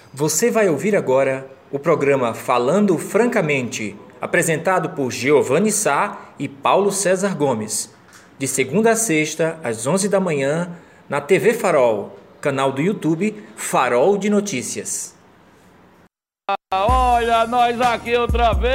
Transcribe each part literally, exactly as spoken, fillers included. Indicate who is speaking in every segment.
Speaker 1: Você vai ouvir agora o programa Falando Francamente, apresentado por Giovanni Sá e Paulo César Gomes, de segunda a sexta, às onze da manhã, na T V Farol, canal do YouTube Farol de Notícias.
Speaker 2: Olha nós aqui outra vez!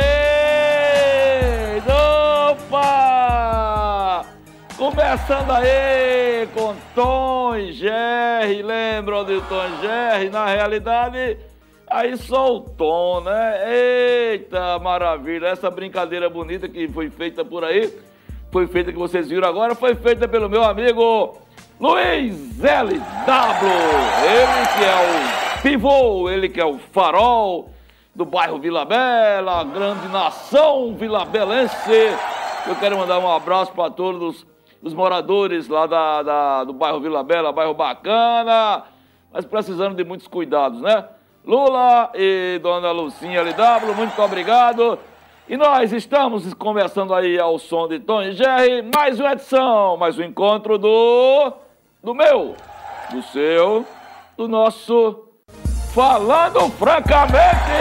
Speaker 2: Opa! Começando aí com Tom e Jerry, lembram de Tom e Jerry? Na realidade, aí só o Tom, né? Eita, maravilha! Essa brincadeira bonita que foi feita por aí, foi feita que vocês viram agora, foi feita pelo meu amigo Luiz L W, ele que é o pivô, ele que é o farol do bairro Vila Bela, a grande nação vilabelense. Eu quero mandar um abraço para todos os moradores lá da, da, do bairro Vila Bela, bairro bacana, mas precisando de muitos cuidados, né? Lula e dona Lucinha L W, muito obrigado. E nós estamos conversando aí ao som de Tom e Jerry, mais uma edição, mais um encontro do, do meu, do seu, do nosso Falando Francamente.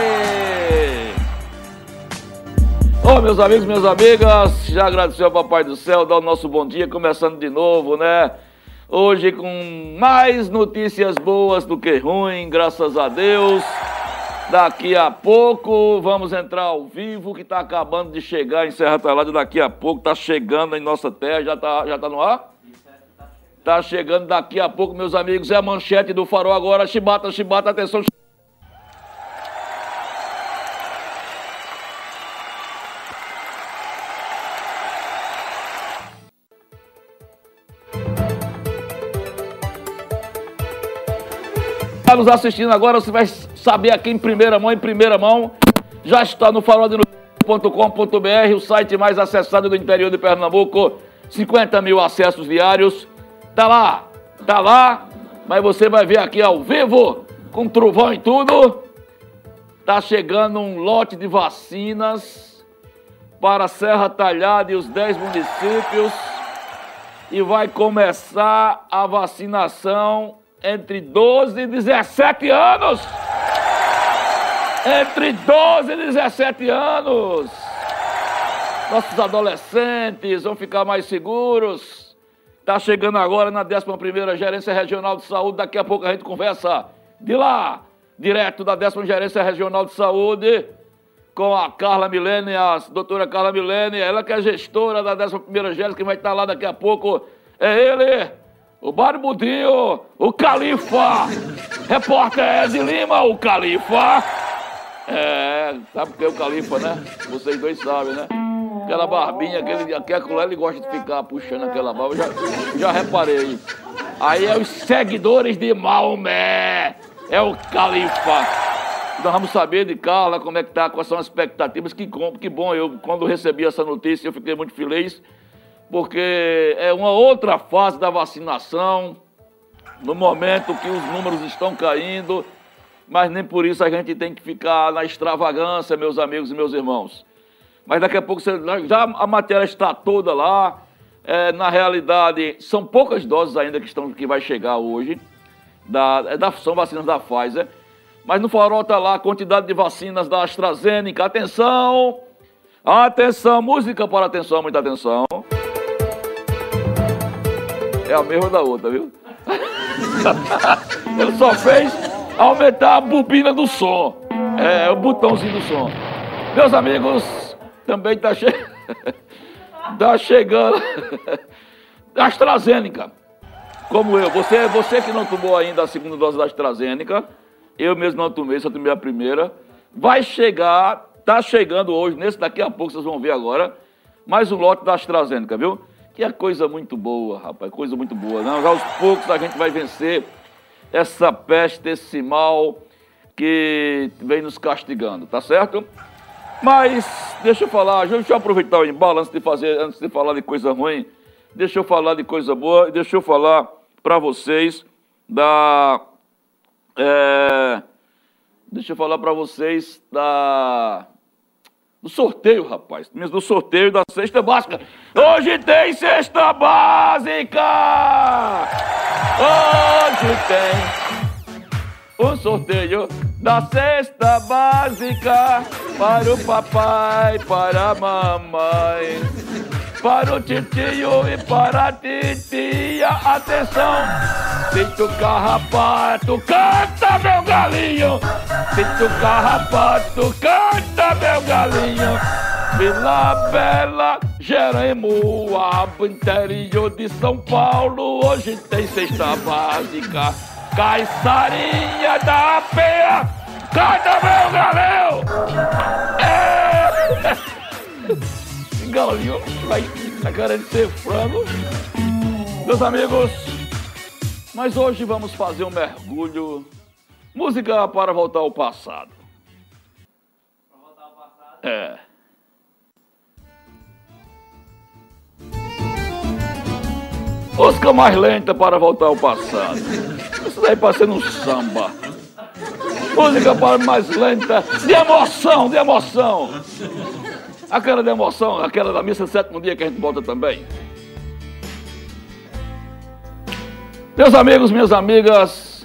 Speaker 2: Ô, oh, meus amigos, minhas amigas, já agradeceu ao Papai do Céu, dá o nosso bom dia, começando de novo, né? Hoje com mais notícias boas do que ruim, graças a Deus. Daqui a pouco vamos entrar ao vivo, que está acabando de chegar em Serra Talhada, daqui a pouco está chegando em nossa terra, já está já tá no ar? Está chegando daqui a pouco, meus amigos, é a manchete do Farol agora, chibata, chibata, atenção. Está nos assistindo agora, você vai saber aqui em primeira mão, em primeira mão, já está no farol de notícias ponto com ponto br, o site mais acessado do interior de Pernambuco, cinquenta mil acessos diários, tá lá, tá lá, mas você vai ver aqui ao vivo, com trovão e tudo, tá chegando um lote de vacinas para Serra Talhada e os dez municípios, e vai começar a vacinação entre doze e dezessete anos. Entre doze e dezessete anos. Nossos adolescentes vão ficar mais seguros. Está chegando agora na décima primeira Gerência Regional de Saúde. Daqui a pouco a gente conversa de lá, direto da décima Gerência Regional de Saúde, com a Carla Milene, a doutora Carla Milene, ela que é gestora da décima primeira Gerência, que vai estar lá daqui a pouco. É ele, o Barbudinho, o Califa, repórter Ed Lima, o Califa. É, sabe o que é o Califa, né? Vocês dois sabem, né? Aquela barbinha, aquele, aquele lá, ele gosta de ficar puxando aquela barba, eu já, já reparei. Aí é os seguidores de Maomé, é o Califa. Nós vamos saber de Carla como é que tá, quais são as expectativas, que, que bom, eu quando recebi essa notícia eu fiquei muito feliz, porque é uma outra fase da vacinação, no momento que os números estão caindo, mas nem por isso a gente tem que ficar na extravagância, meus amigos e meus irmãos. Mas daqui a pouco, você, já a matéria está toda lá, é, na realidade, são poucas doses ainda que, estão, que vai chegar hoje, da, da, são vacinas da Pfizer, mas no farol está lá a quantidade de vacinas da AstraZeneca. Atenção, atenção, música para atenção, muita atenção. É a mesma da outra, viu? Ele só fez aumentar a bobina do som. É, o botãozinho do som. Meus amigos, também tá, che... tá chegando a AstraZeneca. Como eu. Você, você que não tomou ainda a segunda dose da AstraZeneca, eu mesmo não tomei, só tomei a primeira. Vai chegar, tá chegando hoje, nesse daqui a pouco, vocês vão ver agora, mais um lote da AstraZeneca, viu? Que é coisa muito boa, rapaz, coisa muito boa. Não, já aos poucos a gente vai vencer essa peste, esse mal que vem nos castigando, tá certo? Mas, deixa eu falar, deixa eu aproveitar o embalo antes de, fazer, antes de falar de coisa ruim, deixa eu falar de coisa boa e deixa eu falar para vocês da... É, deixa eu falar para vocês da... do sorteio, rapaz. Do sorteio da cesta básica. Hoje tem cesta básica! Hoje tem. um sorteio da cesta básica para o papai, para a mamãe, para o titio e para a titia. Atenção! Pinto carrapato, canta meu galinho! Pinto carrapato, canta meu galinho! Vila Bela, Jeremoabo, interior de São Paulo, hoje tem cesta básica. Caiçarinha da Penha, canta meu galinho! É! Galinho vai tá querendo ser frango. Meus amigos, mas hoje vamos fazer um mergulho. Música para voltar ao passado. Para voltar ao passado? É. Música mais lenta para voltar ao passado. Isso daí parecendo um samba. Música para mais lenta, de emoção, de emoção. Aquela de emoção, aquela da missa sétimo dia que a gente bota também. Meus amigos, minhas amigas,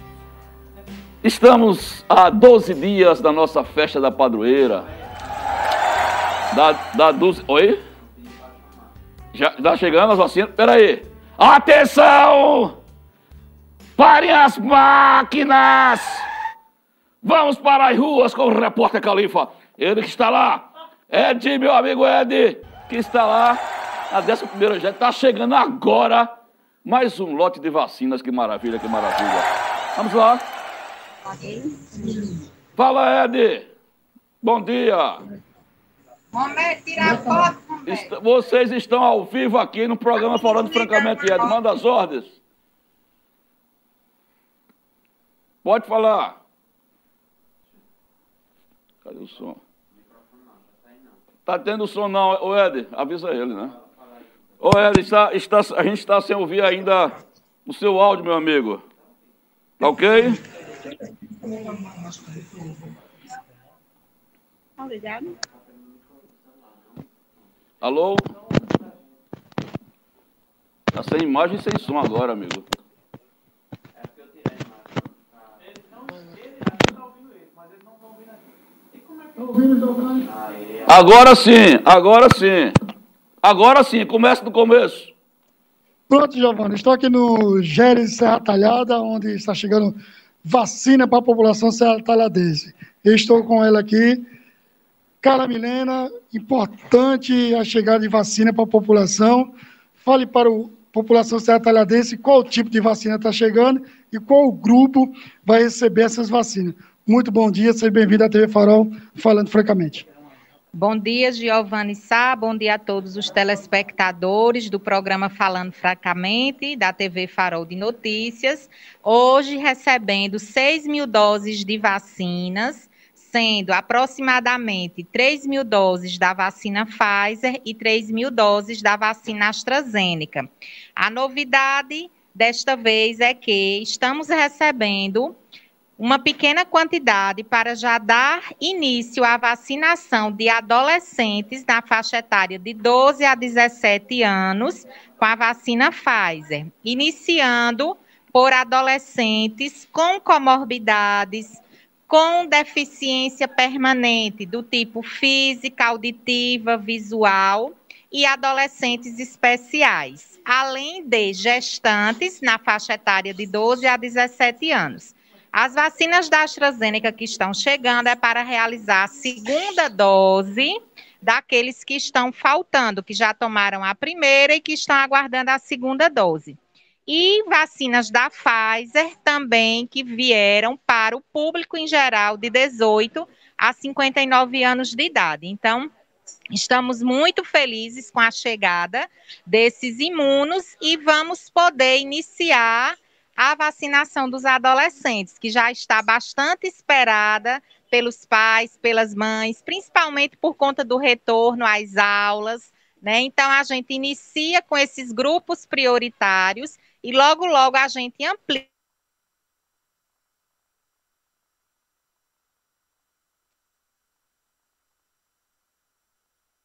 Speaker 2: estamos há doze dias da nossa festa da padroeira. Da, da doze... Oi? Já está chegando as vacinas? Espera aí. Atenção! Parem as máquinas! Vamos para as ruas com o repórter Califa. Ele que está lá. Ed, meu amigo Ed, que está lá. A décima primeira já está chegando agora. Mais um lote de vacinas. Que maravilha, que maravilha. Vamos lá. Fala, Ed. Bom dia.
Speaker 3: Momento, tira a foto,
Speaker 2: Est Vocês estão ao vivo aqui no programa Falando Francamente, Ed. Manda as ordens. Pode falar. Cadê o som? Tá tendo som não, ô Ed, avisa ele, né? Ô Ed, está, está, a gente está sem ouvir ainda o seu áudio, meu amigo. Tá ok?
Speaker 3: Obrigado.
Speaker 2: Alô? Tá sem imagem e sem som agora, amigo. Agora sim, agora sim. Agora sim, começa do começo.
Speaker 4: Pronto, Giovanni, estou aqui no Géres Serra Talhada, onde está chegando vacina para a população serra-talhadense. Eu estou com ela aqui. Carla Milena, importante a chegada de vacina para a população. Fale para a população serra-talhadense qual tipo de vacina está chegando e qual grupo vai receber essas vacinas. Muito bom dia, seja bem-vindo à T V Farol, Falando Francamente.
Speaker 3: Bom dia, Giovanni Sá, bom dia a todos os telespectadores do programa Falando Francamente, da T V Farol de Notícias. Hoje recebendo seis mil doses de vacinas, sendo aproximadamente três mil doses da vacina Pfizer e três mil doses da vacina AstraZeneca. A novidade desta vez é que estamos recebendo uma pequena quantidade para já dar início à vacinação de adolescentes na faixa etária de doze a dezessete anos com a vacina Pfizer, iniciando por adolescentes com comorbidades, com deficiência permanente do tipo física, auditiva, visual e adolescentes especiais, além de gestantes na faixa etária de doze a dezessete anos. As vacinas da AstraZeneca que estão chegando é para realizar a segunda dose daqueles que estão faltando, que já tomaram a primeira e que estão aguardando a segunda dose. E vacinas da Pfizer também que vieram para o público em geral de dezoito a cinquenta e nove anos de idade. Então, estamos muito felizes com a chegada desses imunos e vamos poder iniciar a vacinação dos adolescentes, que já está bastante esperada pelos pais, pelas mães, principalmente por conta do retorno às aulas, né? Então, a gente inicia com esses grupos prioritários e logo, logo a gente amplia.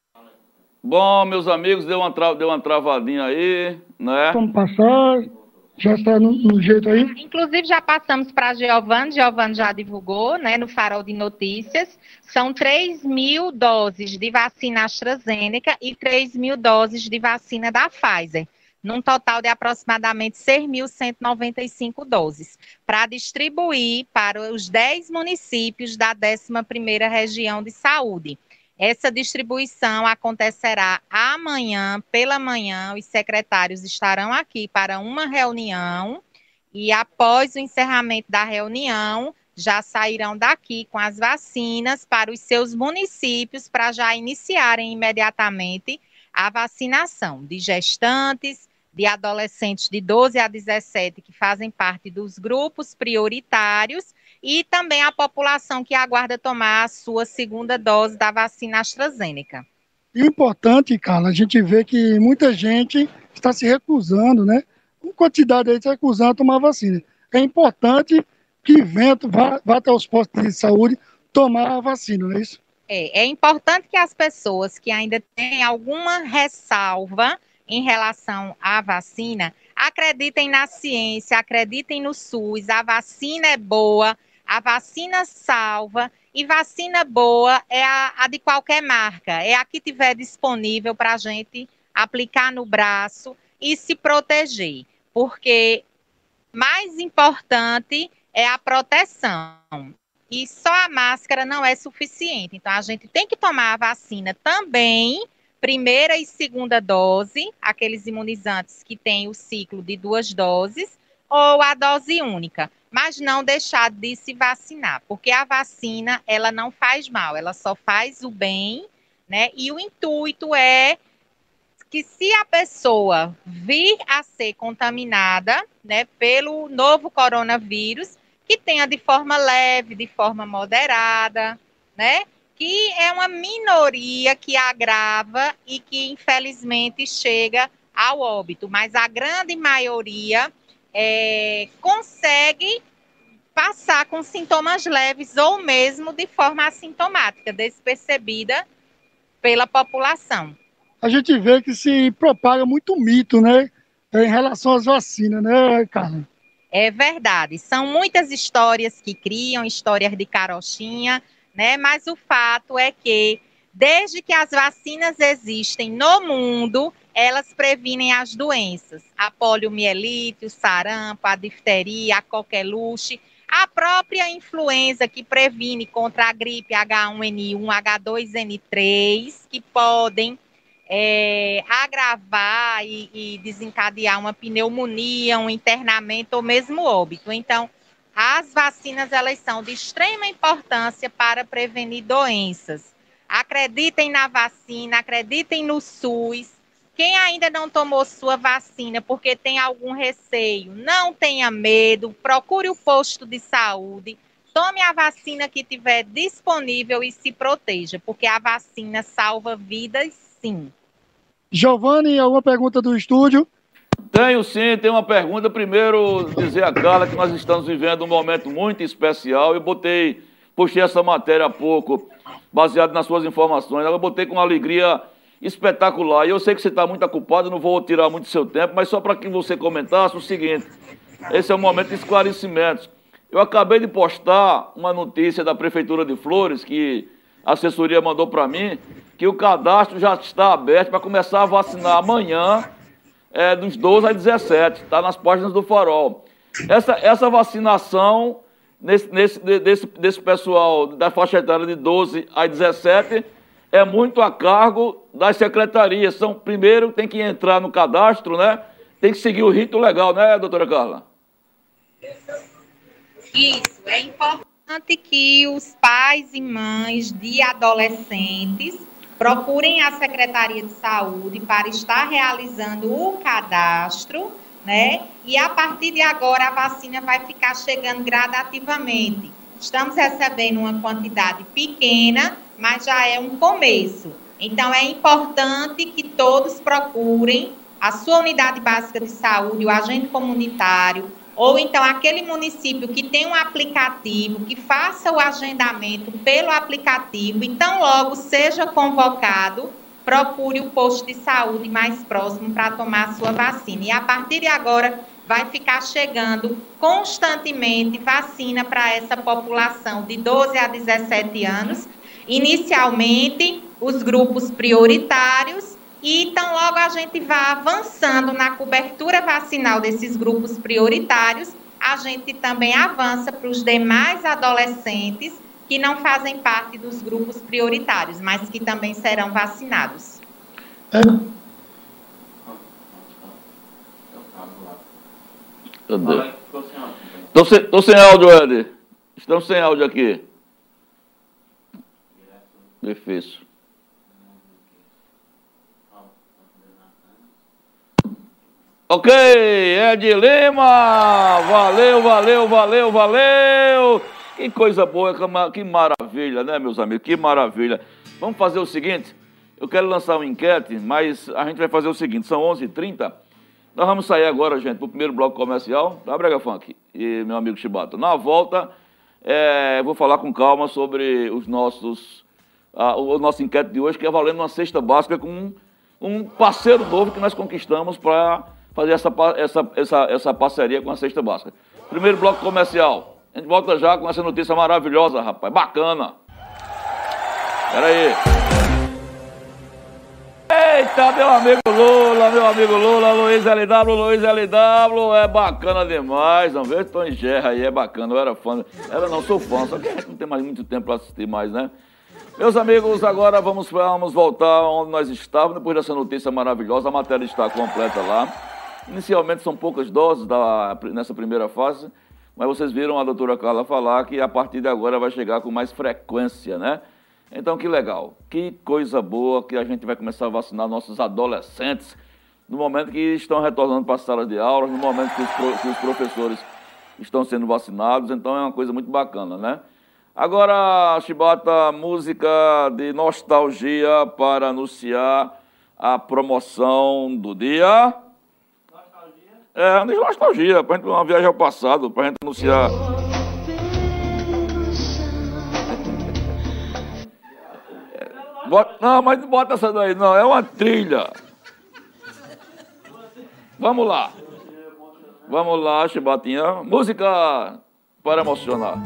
Speaker 2: Bom, meus amigos, deu uma, tra... deu uma travadinha aí, né?
Speaker 4: Vamos passar. Já está no, no jeito aí?
Speaker 3: Inclusive, já passamos para a Giovana, Giovana já divulgou, né, no Farol de Notícias. São três mil doses de vacina AstraZeneca e três mil doses de vacina da Pfizer, num total de aproximadamente seis mil cento e noventa e cinco doses, para distribuir para os dez municípios da décima primeira Região de Saúde. Essa distribuição acontecerá amanhã, pela manhã, os secretários estarão aqui para uma reunião e após o encerramento da reunião, já sairão daqui com as vacinas para os seus municípios para já iniciarem imediatamente a vacinação de gestantes, de adolescentes de doze a dezessete que fazem parte dos grupos prioritários e também a população que aguarda tomar a sua segunda dose da vacina AstraZeneca.
Speaker 4: E o importante, Carla, a gente vê que muita gente está se recusando, né? Uma quantidade aí se recusando a tomar vacina. É importante que vento vá, vá até os postos de saúde tomar a vacina, não é isso?
Speaker 3: É, é importante que as pessoas que ainda têm alguma ressalva em relação à vacina acreditem na ciência, acreditem no SUS, a vacina é boa, a vacina salva e vacina boa é a, a de qualquer marca, é a que tiver disponível para a gente aplicar no braço e se proteger, porque mais importante é a proteção e só a máscara não é suficiente, então a gente tem que tomar a vacina também, primeira e segunda dose, aqueles imunizantes que têm o ciclo de duas doses ou a dose única, mas não deixar de se vacinar, porque a vacina, ela não faz mal, ela só faz o bem, né? E o intuito é que se a pessoa vir a ser contaminada, né, pelo novo coronavírus, que tenha de forma leve, de forma moderada, né? Que é uma minoria que agrava e que, infelizmente, chega ao óbito, mas a grande maioria é, consegue passar com sintomas leves ou mesmo de forma assintomática, despercebida pela população.
Speaker 4: A gente vê que se propaga muito mito, né, em relação às vacinas, né, Carla?
Speaker 3: É verdade, são muitas histórias que criam, histórias de carochinha, né, mas o fato é que, desde que as vacinas existem no mundo, elas previnem as doenças, a poliomielite, o sarampo, a difteria, a coqueluche, a própria influenza que previne contra a gripe H um N um, H dois N três, que podem é, agravar e, e desencadear uma pneumonia, um internamento ou mesmo óbito. Então, as vacinas, elas são de extrema importância para prevenir doenças. Acreditem na vacina, acreditem no SUS. Quem ainda não tomou sua vacina porque tem algum receio, não tenha medo, procure o posto de saúde, tome a vacina que tiver disponível e se proteja, porque a vacina salva vidas, sim.
Speaker 4: Giovanni, alguma pergunta do estúdio?
Speaker 2: Tenho sim, tem uma pergunta. Primeiro, dizer a Carla que nós estamos vivendo um momento muito especial. Eu botei, puxei essa matéria há pouco, baseado nas suas informações. Eu botei com uma alegria espetacular. E eu sei que você está muito ocupado, não vou tirar muito do seu tempo, mas só para que você comentasse o seguinte: esse é um momento de esclarecimentos. Eu acabei de postar uma notícia da Prefeitura de Flores, que a assessoria mandou para mim, que o cadastro já está aberto para começar a vacinar amanhã, é, dos doze a dezessete, está nas páginas do Farol. Essa, essa vacinação nesse, nesse, desse, desse pessoal da faixa etária de doze a dezessete é muito a cargo das secretarias. São, primeiro tem que entrar no cadastro, né? Tem que seguir o rito legal, né, doutora Carla?
Speaker 3: Isso, é importante que os pais e mães de adolescentes procurem a Secretaria de Saúde para estar realizando o cadastro, né? E a partir de agora a vacina vai ficar chegando gradativamente. Estamos recebendo uma quantidade pequena, mas já é um começo. Então é importante que todos procurem a sua unidade básica de saúde, o agente comunitário, ou então aquele município que tem um aplicativo, que faça o agendamento pelo aplicativo, então logo seja convocado, procure o posto de saúde mais próximo para tomar a sua vacina. E a partir de agora, vai ficar chegando constantemente vacina para essa população de doze a dezessete anos, inicialmente os grupos prioritários, e então logo a gente vai avançando na cobertura vacinal desses grupos prioritários, a gente também avança para os demais adolescentes que não fazem parte dos grupos prioritários, mas que também serão vacinados.
Speaker 2: Estou sem, tô sem áudio, Ed. Estamos sem áudio aqui. Difícil. Ok, Ed Lima, valeu, valeu, valeu, valeu. Que coisa boa, que maravilha, né, meus amigos? Que maravilha. Vamos fazer o seguinte, eu quero lançar uma enquete, mas a gente vai fazer o seguinte, são onze e trinta, nós vamos sair agora, gente, para o primeiro bloco comercial, tá, Brega Funk e meu amigo Chibata. Na volta, é, eu vou falar com calma sobre os nossos, a, o nosso enquete de hoje, que é valendo uma cesta básica com um, um parceiro novo que nós conquistamos para fazer essa, essa, essa, essa parceria com a cesta básica. Primeiro bloco comercial. A gente volta já com essa notícia maravilhosa, rapaz. Bacana. Espera aí. Eita, meu amigo Lula, meu amigo Lula, Luiz L W, Luiz L W. É bacana demais. Não vejo Tom e Gerra aí, é bacana. Eu era fã. Era não, sou fã. Só que a gente não tem mais muito tempo para assistir mais, né? Meus amigos, agora vamos, vamos voltar onde nós estávamos. Depois dessa notícia maravilhosa, a matéria está completa lá. Inicialmente são poucas doses da, nessa primeira fase. Mas vocês viram a doutora Carla falar que a partir de agora vai chegar com mais frequência, né? Então, que legal. Que coisa boa que a gente vai começar a vacinar nossos adolescentes no momento que estão retornando para as salas de aula, no momento que os, pro, que os professores estão sendo vacinados. Então, é uma coisa muito bacana, né? Agora, Chibata, música de nostalgia para anunciar a promoção do dia... É, de nostalgia, pra gente uma viagem ao passado, pra gente anunciar. É, bota, não, mas não bota essa daí, não, é uma trilha. Vamos lá. Vamos lá, Chibatinha. Música para emocionar.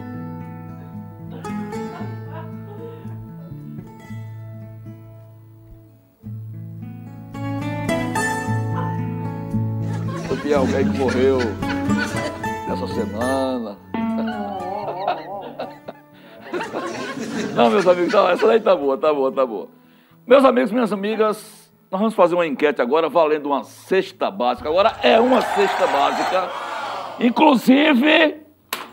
Speaker 2: Tem alguém que morreu nessa semana. Não, meus amigos, não, essa daí tá boa, tá boa, tá boa. Meus amigos, minhas amigas, nós vamos fazer uma enquete agora valendo uma cesta básica. Agora é uma cesta básica. Inclusive,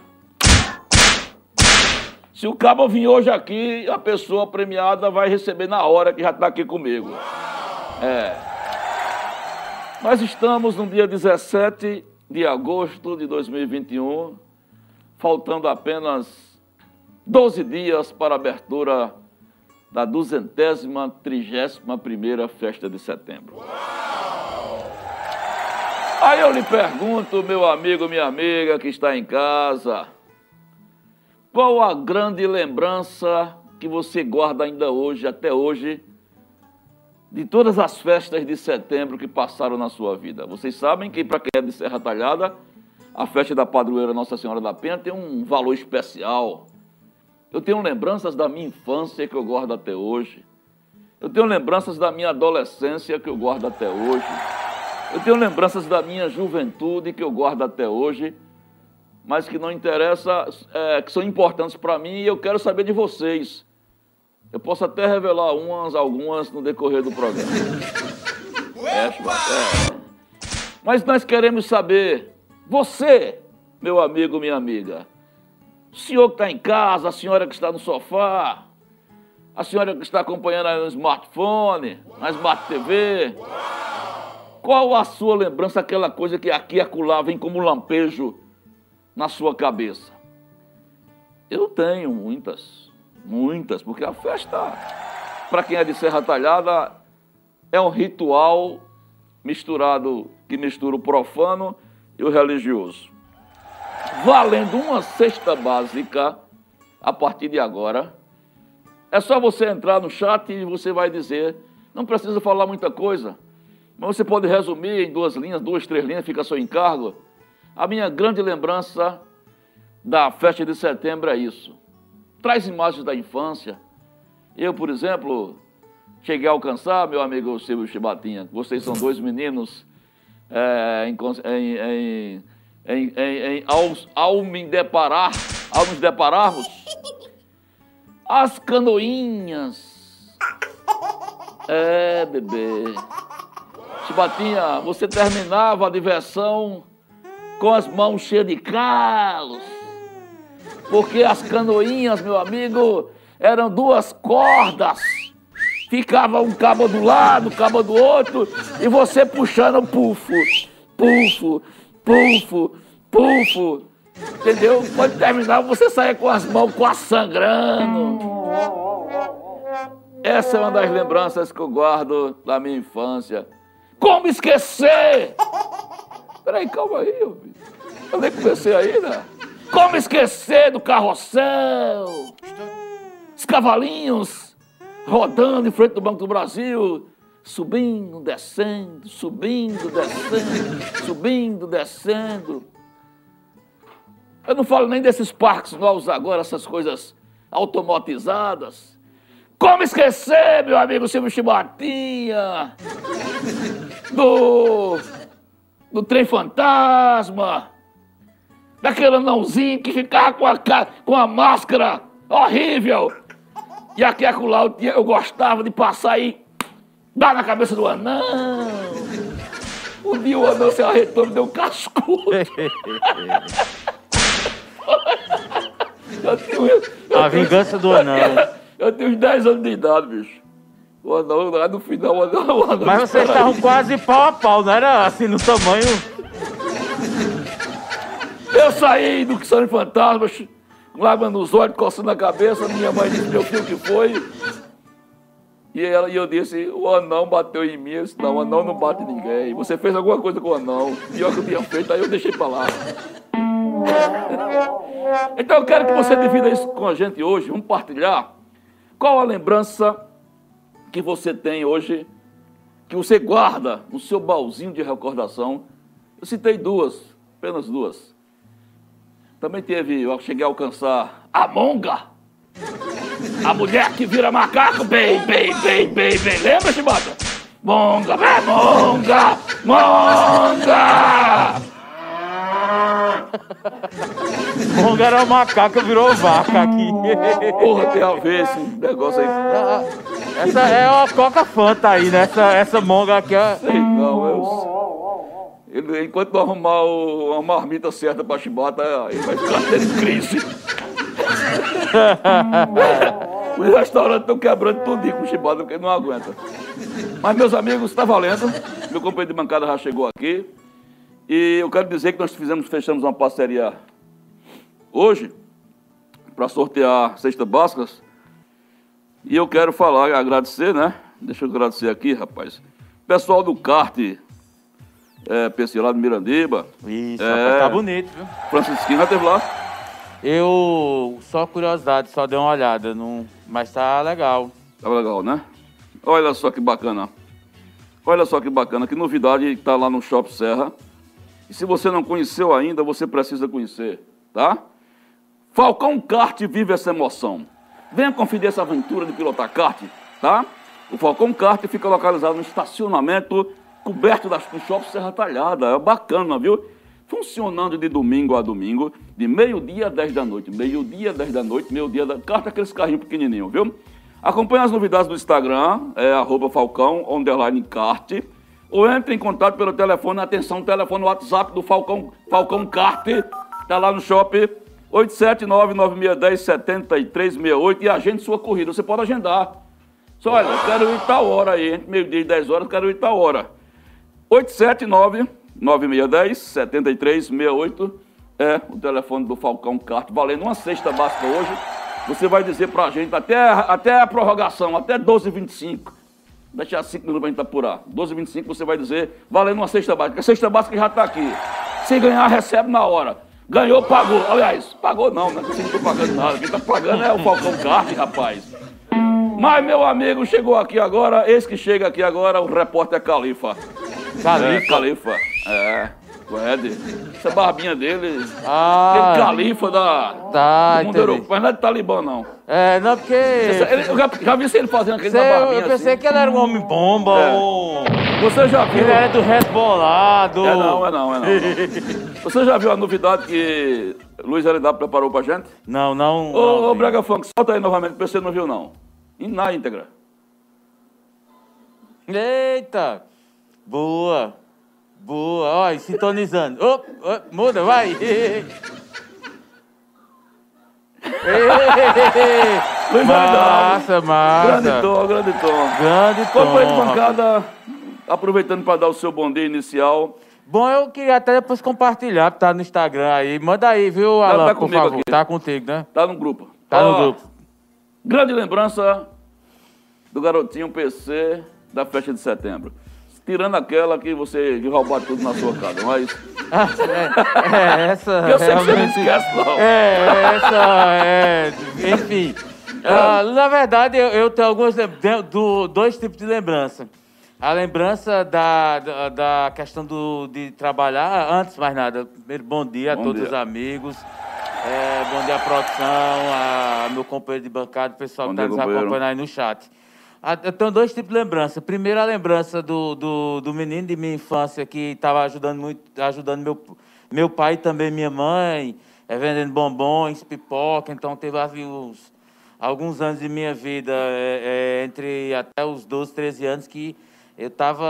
Speaker 2: se o cabo vir hoje aqui, a pessoa premiada vai receber na hora que já tá aqui comigo. É. Nós estamos no dia dezessete de agosto de dois mil e vinte e um, faltando apenas doze dias para a abertura da duzentésima, trigésima primeira festa de setembro. Aí eu lhe pergunto, meu amigo, minha amiga que está em casa, qual a grande lembrança que você guarda ainda hoje, até hoje, de todas as festas de setembro que passaram na sua vida? Vocês sabem que, para quem é de Serra Talhada, a festa da padroeira Nossa Senhora da Penha tem um valor especial. Eu tenho lembranças da minha infância que eu guardo até hoje. Eu tenho lembranças da minha adolescência que eu guardo até hoje. Eu tenho lembranças da minha juventude que eu guardo até hoje, mas que não interessa, é, que são importantes para mim, e eu quero saber de vocês. Eu posso até revelar umas, algumas no decorrer do programa. É, é. Mas nós queremos saber, você, meu amigo, minha amiga, o senhor que está em casa, a senhora que está no sofá, a senhora que está acompanhando aí no smartphone, na Smart T V, qual a sua lembrança, aquela coisa que aqui e acolá vem como um lampejo na sua cabeça? Eu tenho muitas. Muitas, porque a festa, para quem é de Serra Talhada, é um ritual misturado, que mistura o profano e o religioso. Valendo uma cesta básica, a partir de agora, é só você entrar no chat e você vai dizer, não precisa falar muita coisa, mas você pode resumir em duas linhas, duas, três linhas, fica a seu encargo, A minha grande lembrança da festa de setembro é isso. Traz imagens da infância. Eu, por exemplo, cheguei a alcançar, meu amigo Silvio Chibatinha, vocês são dois meninos, é, em, em, em, em, em, ao, ao me deparar, ao nos depararmos, as canoinhas. É, bebê. Chibatinha, você terminava a diversão com as mãos cheias de calos. Porque as canoinhas, meu amigo, eram duas cordas. Ficava um cabo do lado, cabo do outro, e você puxando pufo, pufo, pufo, pufo. Entendeu? Quando terminar, você saia com as mãos quase sangrando. Essa é uma das lembranças que eu guardo da minha infância. Como esquecer? Peraí, calma aí, eu, eu nem comecei ainda. Como esquecer do carrossel? Os cavalinhos rodando em frente do Banco do Brasil, subindo, descendo, subindo, descendo, subindo, descendo. Eu não falo nem desses parques novos agora, essas coisas automatizadas. Como esquecer, meu amigo Silvio Chibatinha, do, do trem fantasma, daquele anãozinho que ficava com a, com a máscara horrível. E aqui e acolá eu, eu gostava de passar aí, dar na cabeça do anão. Um dia o anão se arretou, me deu um cascudo. eu tenho, eu
Speaker 5: a vingança do anão.
Speaker 2: Eu tenho uns dez anos de idade, bicho. O anão, lá no final, o anão... O anão
Speaker 5: Mas vocês estavam quase pau a pau, não era assim no tamanho?
Speaker 2: Eu saí do que são de fantasmas, lágrimas nos olhos, coçando a cabeça. Minha mãe disse, meu filho, o que foi? E, ela, e eu disse, o anão bateu em mim. Eu disse, não, o anão não bate em ninguém. Você fez alguma coisa com o anão. Pior que eu tinha feito, aí eu deixei pra lá. Então eu quero que você divida isso com a gente hoje. Vamos partilhar. Qual a lembrança que você tem hoje, que você guarda no seu baúzinho de recordação? Eu citei duas, apenas duas. Também teve, eu cheguei a alcançar a monga. A mulher que vira macaco, bem, bem, bem, bem, bem. Lembra, Chibata? Monga, é monga, monga.
Speaker 5: Monga era macaco, virou vaca aqui.
Speaker 2: Porra, tem a ver esse negócio aí.
Speaker 5: Essa é uma Coca Fanta aí, né? Essa, essa monga aqui é...
Speaker 2: Sei não, eu... Ele, enquanto não arrumar o, uma marmita certa pra Chibata, ele vai ficar tendo crise. Os restaurantes estão quebrando tudinho com Chibata, porque não aguenta. Mas, meus amigos, está valendo. Meu companheiro de bancada já chegou aqui. E eu quero dizer que nós fizemos, fechamos uma parceria hoje para sortear cestas básicas. E eu quero falar, agradecer, né? Deixa eu agradecer aqui, rapaz. Pessoal do kart, é, P C lá de Mirandiba.
Speaker 5: Isso,
Speaker 2: é,
Speaker 5: rapaz, tá bonito, viu?
Speaker 2: Francisquinho, já esteve lá?
Speaker 5: Eu, só curiosidade, só dei uma olhada, não... mas tá legal.
Speaker 2: Tá legal, né? Olha só que bacana. Olha só que bacana, que novidade tá lá no Shopping Serra. E se você não conheceu ainda, você precisa conhecer, tá? Falcão Kart vive essa emoção. Venha conferir essa aventura de pilotar kart, tá? O Falcão Kart fica localizado no estacionamento coberto das, do Shopping Serra Talhada. É bacana, viu? Funcionando de domingo a domingo, de meio-dia a dez da noite. Meio-dia a dez da noite, meio-dia da... Kart é aqueles carrinhos pequenininhos, viu? Acompanhe as novidades do Instagram, é arroba Falcão, underline kart. Ou entre em contato pelo telefone, atenção, telefone WhatsApp do Falcão, Falcão Kart, tá lá no shopping, oito sete nove, nove seis um zero, sete três seis oito, e agende sua corrida, você pode agendar. Só olha, eu quero ir tal hora aí, entre meio-dia e dez horas, eu quero ir tal hora. oito sete nove, nove seis um zero, sete três seis oito é o telefone do Falcão Kart, valendo uma cesta básica hoje. Você vai dizer pra gente, até, até a prorrogação, até doze e vinte e cinco. Deixar cinco minutos pra gente apurar. doze e vinte e cinco você vai dizer, valendo uma cesta básica. A cesta básica já tá aqui. Se ganhar, recebe na hora. Ganhou, pagou. Aliás, pagou não, né? Você não tô pagando nada. Quem tá pagando é o Falcão Kart, rapaz. Mas, meu amigo, chegou aqui agora, esse que chega aqui agora, o repórter Califa.
Speaker 5: Califa?
Speaker 2: É, Califa. É. O Ed, essa barbinha dele,
Speaker 5: Ah,
Speaker 2: aquele califa da,
Speaker 5: tá,
Speaker 2: do mundo
Speaker 5: entendi.
Speaker 2: europeu, mas não é de Talibã, não.
Speaker 5: É, não, porque...
Speaker 2: Ele- eu já, já vi ele fazendo aquele
Speaker 5: Sei,
Speaker 2: da
Speaker 5: eu,
Speaker 2: barbinha
Speaker 5: eu pensei
Speaker 2: assim.
Speaker 5: que ele era um homem-bomba,
Speaker 2: É.
Speaker 5: ou...
Speaker 2: Você já viu?
Speaker 5: Ele era do Hezbollah, do...
Speaker 2: É não, é não, é não. não. Você já viu a novidade que Luiz L W preparou pra gente?
Speaker 5: Não, não...
Speaker 2: Ô,
Speaker 5: não
Speaker 2: ô
Speaker 5: vi.
Speaker 2: Brega Funk, solta aí novamente, porque você não viu, não. E na íntegra.
Speaker 5: Eita! Boa! Boa! Olha, sintonizando. Op, op, muda, vai!
Speaker 2: Luiz
Speaker 5: Massa,
Speaker 2: L W.
Speaker 5: massa!
Speaker 2: Grande tom, grande tom.
Speaker 5: Grande tom,
Speaker 2: Companheiro de
Speaker 5: rapaz.
Speaker 2: bancada, aproveitando para dar o seu bom dia inicial.
Speaker 5: Bom, eu queria até depois compartilhar, tá no Instagram aí. Manda aí, viu,
Speaker 2: Tá-
Speaker 5: Alan,
Speaker 2: tá
Speaker 5: por
Speaker 2: comigo
Speaker 5: favor.
Speaker 2: aqui.
Speaker 5: Tá contigo, né?
Speaker 2: Tá no grupo.
Speaker 5: Tá no
Speaker 2: Ó,
Speaker 5: grupo.
Speaker 2: Grande lembrança do garotinho P C da festa de setembro. Tirando aquela que você que roubou tudo na sua casa, mas...
Speaker 5: Ah, é, é, essa...
Speaker 2: Eu sei que você não
Speaker 5: realmente-
Speaker 2: esquece, não.
Speaker 5: É, essa é. Enfim. Ah, na verdade, eu, eu tenho alguns lem- de- do, dois tipos de lembrança. A lembrança da, da, da questão do, de trabalhar, antes de mais nada, primeiro bom dia a
Speaker 2: Bom
Speaker 5: todos
Speaker 2: dia.
Speaker 5: os amigos. É, bom dia à produção, a meu companheiro de bancada, o pessoal
Speaker 2: Bom
Speaker 5: que está
Speaker 2: dia,
Speaker 5: nos
Speaker 2: companheiro.
Speaker 5: acompanhando aí no chat. Ah, eu tenho dois tipos de lembrança. Primeiro, a lembrança do, do, do menino de minha infância que estava ajudando muito, ajudando meu, meu pai e também minha mãe, é, vendendo bombons, pipoca. Então, teve havia uns, alguns anos de minha vida, é, é, entre até os doze, treze anos, que eu estava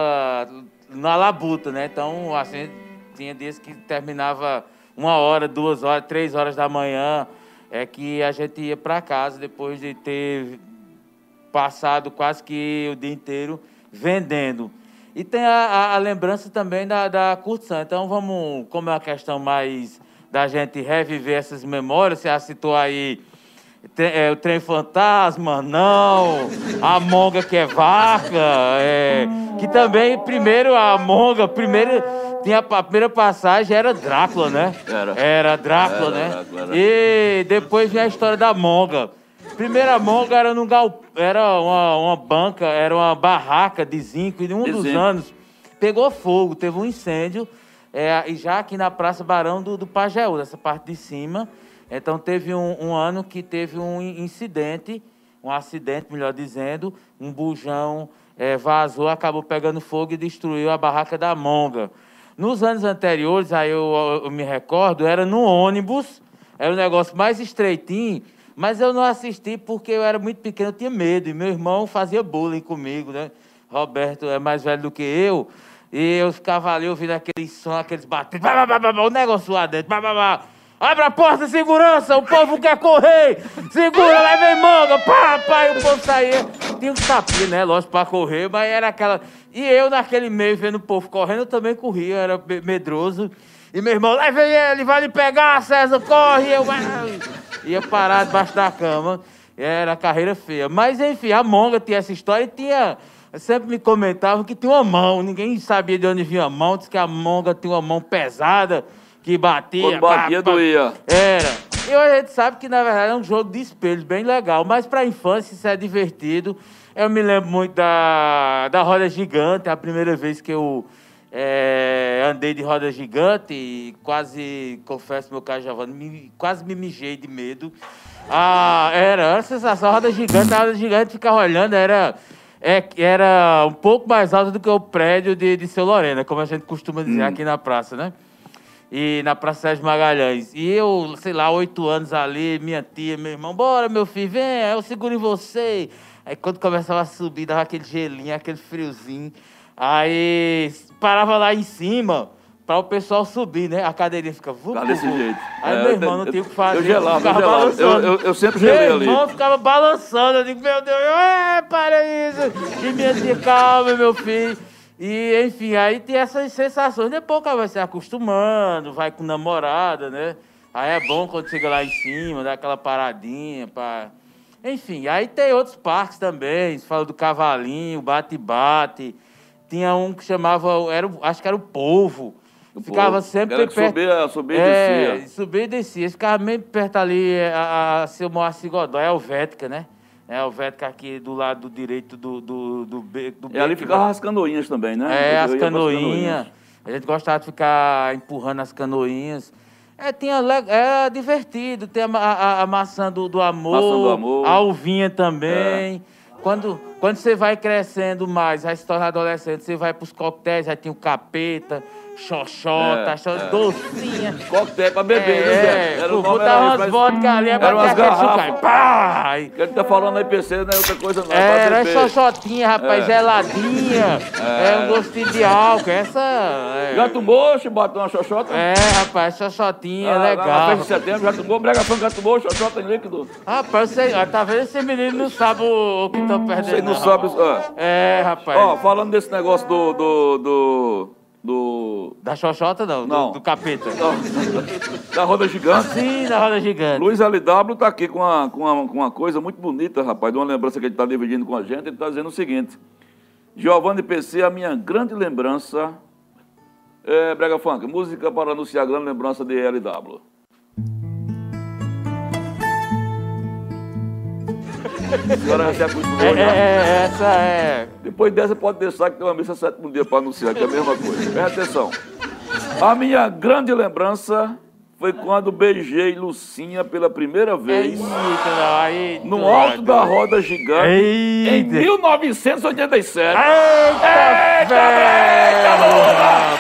Speaker 5: na labuta, né? Então, assim, tinha dias que terminava uma hora, duas horas, três horas da manhã, é que a gente ia para casa depois de ter passado quase que o dia inteiro vendendo. E tem a, a, a lembrança também da, da curtição. Então, vamos, como é uma questão mais da gente reviver essas memórias, você já citou aí tre- é, o trem fantasma, não, a monga que é vaca, é, que também, primeiro, a monga, primeiro, tinha a primeira passagem era Drácula, né?
Speaker 2: Era.
Speaker 5: Era Drácula,
Speaker 2: Era,
Speaker 5: né?
Speaker 2: Drácula, era.
Speaker 5: E depois vem a história da monga. Primeira monga era num gal... era uma, uma banca, era uma barraca de zinco, e um
Speaker 2: De
Speaker 5: dos
Speaker 2: zinco.
Speaker 5: anos pegou fogo, teve um incêndio, é, e já aqui na Praça Barão do, do Pajeú, dessa parte de cima. Então teve um, um ano que teve um incidente, um acidente, melhor dizendo, um bujão é, vazou, acabou pegando fogo e destruiu a barraca da monga. Nos anos anteriores, aí eu, eu me recordo, era no ônibus, era um negócio mais estreitinho, mas eu não assisti porque eu era muito pequeno, eu tinha medo. E meu irmão fazia bullying comigo, né? Roberto é mais velho do que eu. E eu ficava ali ouvindo aquele som, aqueles batidos. Bah, bah, bah, bah, o negócio lá dentro. Bah, bah, bah. Abre a porta, segurança! O povo quer correr! Segura, lá vem manga! Pá, pá! E o povo saía. Tinha um tapinha, né? Lógico, pra correr, mas era aquela... E eu, naquele meio, vendo o povo correndo, eu também corria, eu era me- medroso. E meu irmão, lá vem ele, vai lhe pegar, César, corre! E eu... ia parar debaixo da cama, era carreira feia. Mas, enfim, a monga tinha essa história e tinha... Sempre me comentavam que tinha uma mão, ninguém sabia de onde vinha a mão, disse que a monga tinha uma mão pesada, que batia...
Speaker 2: Quando batia,
Speaker 5: pá, pá.
Speaker 2: doía.
Speaker 5: Era. E hoje a gente sabe que, na verdade, é um jogo de espelhos bem legal, mas para a infância isso é divertido. Eu me lembro muito da, da roda gigante, a primeira vez que eu é, andei de roda gigante e quase, confesso, meu caro Giovanni, me, quase me mijei de medo. Ah, era, era uma sensação, a roda gigante, a roda gigante ficava olhando, era, é, era um pouco mais alta do que o prédio de, de Seu Lorena, como a gente costuma dizer aqui na praça, né? E na Praça Sérgio Magalhães. E eu, sei lá, oito anos ali, minha tia, meu irmão, bora, meu filho, vem, eu seguro em você. Aí quando começava a subir, dava aquele gelinho, aquele friozinho. Aí parava lá em cima para o pessoal subir, né? A cadeirinha fica... Vup,
Speaker 2: Tá desse
Speaker 5: vup.
Speaker 2: jeito.
Speaker 5: Aí
Speaker 2: É,
Speaker 5: meu
Speaker 2: eu
Speaker 5: irmão
Speaker 2: te-
Speaker 5: não
Speaker 2: eu-
Speaker 5: tinha o que fazer.
Speaker 2: eu gelava, eu
Speaker 5: ficava
Speaker 2: gelava.
Speaker 5: balançando.
Speaker 2: Eu- eu- eu sempre gelei
Speaker 5: Meu
Speaker 2: ali.
Speaker 5: irmão ficava balançando. Eu digo, meu Deus, é, para isso. E minha tia, calma, meu filho. E, enfim, aí tem essas sensações. Depois o cara vai se acostumando, vai com namorada, né? Aí é bom quando chega lá em cima, dá aquela paradinha, pá. Enfim, aí tem outros parques também. Você fala do Cavalinho, Bate-Bate. Tinha um que chamava, era, o- acho que era o Polvo.
Speaker 2: O
Speaker 5: Ficava
Speaker 2: Polvo.
Speaker 5: sempre
Speaker 2: Era que
Speaker 5: perto.
Speaker 2: subia- subia e
Speaker 5: é,
Speaker 2: descia.
Speaker 5: subia e descia. Ficava meio perto ali, é, a, a seu Moacir Godoy, é a Helvética, né? É a Helvética aqui do lado do direito do, do, do, be- do
Speaker 2: E ali
Speaker 5: beco,
Speaker 2: ficava
Speaker 5: né?
Speaker 2: as canoinhas também, né?
Speaker 5: É,
Speaker 2: Eu
Speaker 5: as
Speaker 2: ia pras
Speaker 5: canoinhas. A gente gostava de ficar empurrando as canoinhas. É, tinha, era divertido, tem a, a, a maçã do, do amor,
Speaker 2: Maçã do amor.
Speaker 5: A uvinha também. É. Quando, quando você vai crescendo mais, vai se tornar adolescente, você vai pros coquetéis, já tem o capeta, xoxota,
Speaker 2: É,
Speaker 5: xoxota,
Speaker 2: é.
Speaker 5: docinha.
Speaker 2: Coquetel pra beber,
Speaker 5: É,
Speaker 2: né, Zé?
Speaker 5: era
Speaker 2: o nome,
Speaker 5: botar umas
Speaker 2: mas-
Speaker 5: vodka ali, é
Speaker 2: Era
Speaker 5: pra
Speaker 2: umas
Speaker 5: ter aquele suco
Speaker 2: garrafas.
Speaker 5: aí, pá!
Speaker 2: O que ele tá falando aí, P C, não é outra coisa não.
Speaker 5: É,
Speaker 2: pra
Speaker 5: era
Speaker 2: beber.
Speaker 5: xoxotinha, rapaz,
Speaker 2: É.
Speaker 5: geladinha. É. um gostinho de álcool. Essa. É,
Speaker 2: Já tomou, Chibata, uma xoxota?
Speaker 5: é rapaz, xoxotinha,
Speaker 2: Ah,
Speaker 5: legal.
Speaker 2: Na festa de setembro, já tomou, Brega Funk já tomou, xoxota em líquido.
Speaker 5: Rapaz, você, ó, tá vendo? Esse menino não sabe o, o que estão perdendo.
Speaker 2: Você não sabe... ó.
Speaker 5: É, rapaz.
Speaker 2: Ó, falando desse negócio do... do, do, do...
Speaker 5: Da xoxota, não,
Speaker 2: Não.
Speaker 5: Do, do capeta.
Speaker 2: da- da roda gigante.
Speaker 5: Sim, da roda gigante.
Speaker 2: Luiz L W tá aqui com uma, com, uma, com uma coisa muito bonita, rapaz, de uma lembrança que ele tá dividindo com a gente. Ele tá dizendo o seguinte: Giovanni P C, a minha grande lembrança é Brega Funk, música para anunciar a grande lembrança de L W. A senhora já se acostumou,
Speaker 5: É,
Speaker 2: já.
Speaker 5: é, essa é.
Speaker 2: Depois dessa pode deixar que tem uma missa sétimo dia para anunciar, que é a mesma coisa. Presta atenção. A minha grande lembrança foi quando beijei Lucinha pela primeira vez
Speaker 5: Eita, não, aí.
Speaker 2: no alto da roda gigante em
Speaker 5: Eita.
Speaker 2: mil novecentos e oitenta e sete.
Speaker 5: Eita, velho,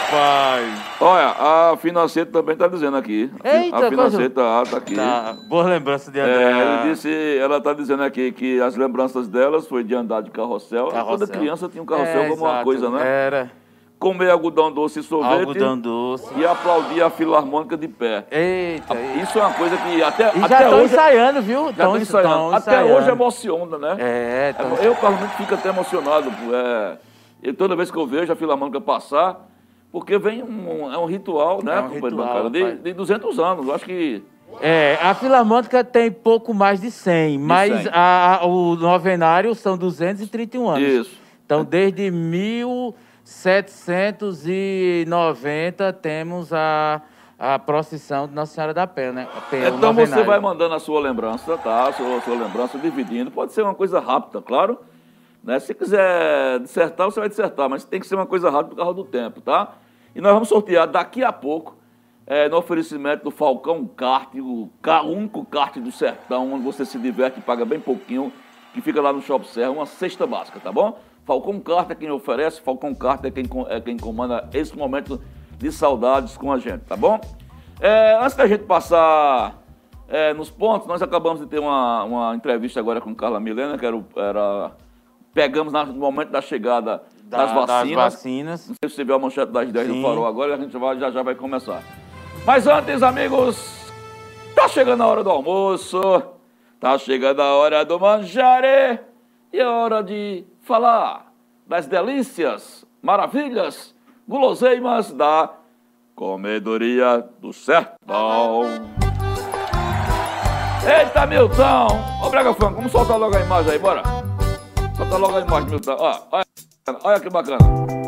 Speaker 5: rapaz.
Speaker 2: Olha, a Financeira também está dizendo aqui.
Speaker 5: Eita,
Speaker 2: a Financeira
Speaker 5: coisa-
Speaker 2: está aqui.
Speaker 5: Tá, boa lembrança de André.
Speaker 2: É, ele disse, ela está dizendo aqui que as lembranças delas foi de andar de carrossel.
Speaker 5: Carrossel.
Speaker 2: Toda criança tinha um carrossel
Speaker 5: É,
Speaker 2: como uma
Speaker 5: exato.
Speaker 2: coisa, né?
Speaker 5: Era.
Speaker 2: Comer algodão doce e sorvete
Speaker 5: Algodão doce.
Speaker 2: e aplaudir a Filarmônica de pé.
Speaker 5: Eita, eita.
Speaker 2: Isso é uma coisa que até,
Speaker 5: E já
Speaker 2: até
Speaker 5: estão
Speaker 2: hoje...
Speaker 5: ensaiando, viu?
Speaker 2: Já
Speaker 5: Tão
Speaker 2: estão ensaiando.
Speaker 5: tão
Speaker 2: Até
Speaker 5: ensaiando.
Speaker 2: hoje emociona, né?
Speaker 5: É, tão...
Speaker 2: Eu, particularmente, fico até emocionado. pô, É, e toda vez que eu vejo a Filarmônica passar, porque vem um, é um ritual, né,
Speaker 5: É um
Speaker 2: companheiro
Speaker 5: ritual,
Speaker 2: bancada, de,
Speaker 5: rapaz.
Speaker 2: de duzentos anos. Eu acho que...
Speaker 5: É, a Filarmônica tem pouco mais de cem, mas
Speaker 2: cem.
Speaker 5: A, a- o novenário são duzentos e trinta e um anos.
Speaker 2: Isso.
Speaker 5: Então, desde mil setecentos e noventa temos a, a procissão de Nossa Senhora da Penha, né? A Penha, o
Speaker 2: Então você
Speaker 5: novenário.
Speaker 2: vai mandando a sua lembrança, tá? A sua, a sua lembrança dividindo. Pode ser uma coisa rápida, claro. Né? Se quiser dissertar, você vai dissertar, mas tem que ser uma coisa rápida por causa do tempo, tá? E nós vamos sortear daqui a pouco, é, no oferecimento do Falcão Kart, o ca- único kart do sertão, onde você se diverte e paga bem pouquinho, que fica lá no Shopping Serra, uma cesta básica, tá bom? Falcão Kart é quem oferece, Falcão Kart é quem, co- é quem comanda esse momento de saudades com a gente, tá bom? É, antes da gente passar é, nos pontos, nós acabamos de ter uma, uma entrevista agora com Carla Milena, que era, o- era pegamos na- no momento da chegada
Speaker 5: Da-
Speaker 2: das vacinas.
Speaker 5: Das vacinas.
Speaker 2: Não sei se você viu a manchete das dez do
Speaker 5: Sim.
Speaker 2: Farol agora, a gente vai- já já vai começar. Mas antes, amigos, tá chegando a hora do almoço, tá chegando a hora do manjare e é hora de falar das delícias, maravilhas, guloseimas da Comedoria do Sertão. Eita, Milton! Ô, Brega Funk, vamos soltar logo a imagem aí, bora? Solta logo a imagem, Milton. Ó, olha, olha que bacana.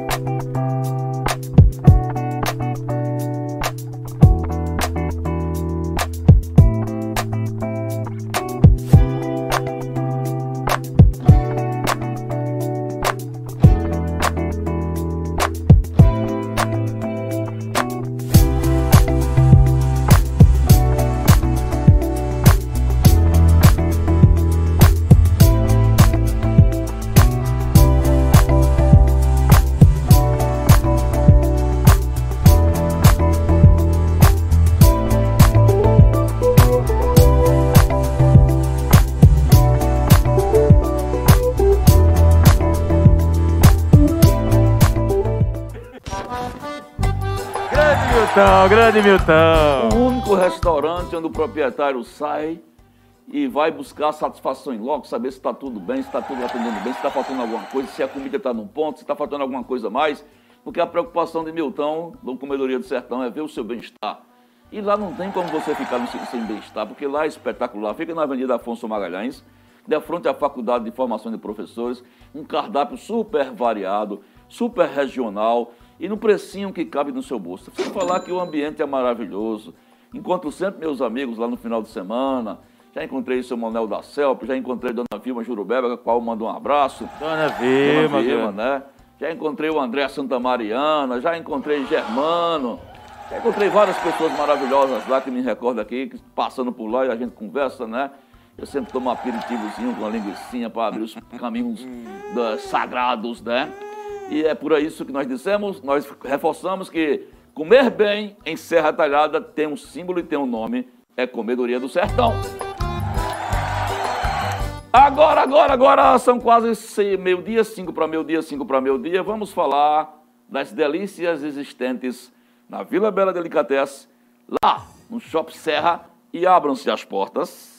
Speaker 5: Grande Milton, grande Milton.
Speaker 2: O único restaurante onde o proprietário sai e vai buscar satisfação em logo, saber se está tudo bem, se está tudo atendendo bem, se está faltando alguma coisa, se a comida está num ponto, se está faltando alguma coisa a mais, porque a preocupação de Milton, do Comedoria do Sertão, é ver o seu bem-estar. E lá não tem como você ficar no- sem bem-estar, porque lá é espetacular. Fica na Avenida Afonso Magalhães, de frente à Faculdade de Formação de Professores, um cardápio super variado, super regional e no precinho que cabe no seu bolso. Sem falar que o ambiente é maravilhoso. Encontro sempre meus amigos lá no final de semana. Já encontrei o seu Manuel da Celp, já encontrei Dona Vilma Jurubeba, a qual eu mando um abraço.
Speaker 5: Dona
Speaker 2: Dona
Speaker 5: Vilma,
Speaker 2: Vilma, né? já encontrei o André Santamariana, já encontrei Germano, já encontrei várias pessoas maravilhosas lá que me recordam aqui, que passando por lá e a gente conversa, né? Eu sempre tomo um aperitivozinho com uma linguicinha para abrir os caminhos da, sagrados, né? E é por isso que nós dissemos, nós reforçamos que comer bem em Serra Talhada tem um símbolo e tem um nome, é Comedoria do Sertão. Agora, agora, agora são quase meio-dia, cinco para meio-dia, cinco para meio-dia. Vamos falar das delícias existentes na Vila Bela Delicatessen, lá no Shopping Serra, e abram-se as portas.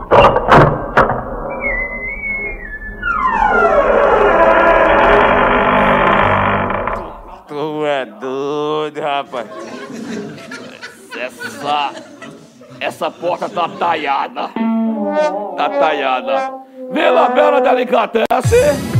Speaker 5: Tu é doido, rapaz.
Speaker 2: Essa, essa porta tá talhada. Tá talhada. Vila Bela Delicatessen.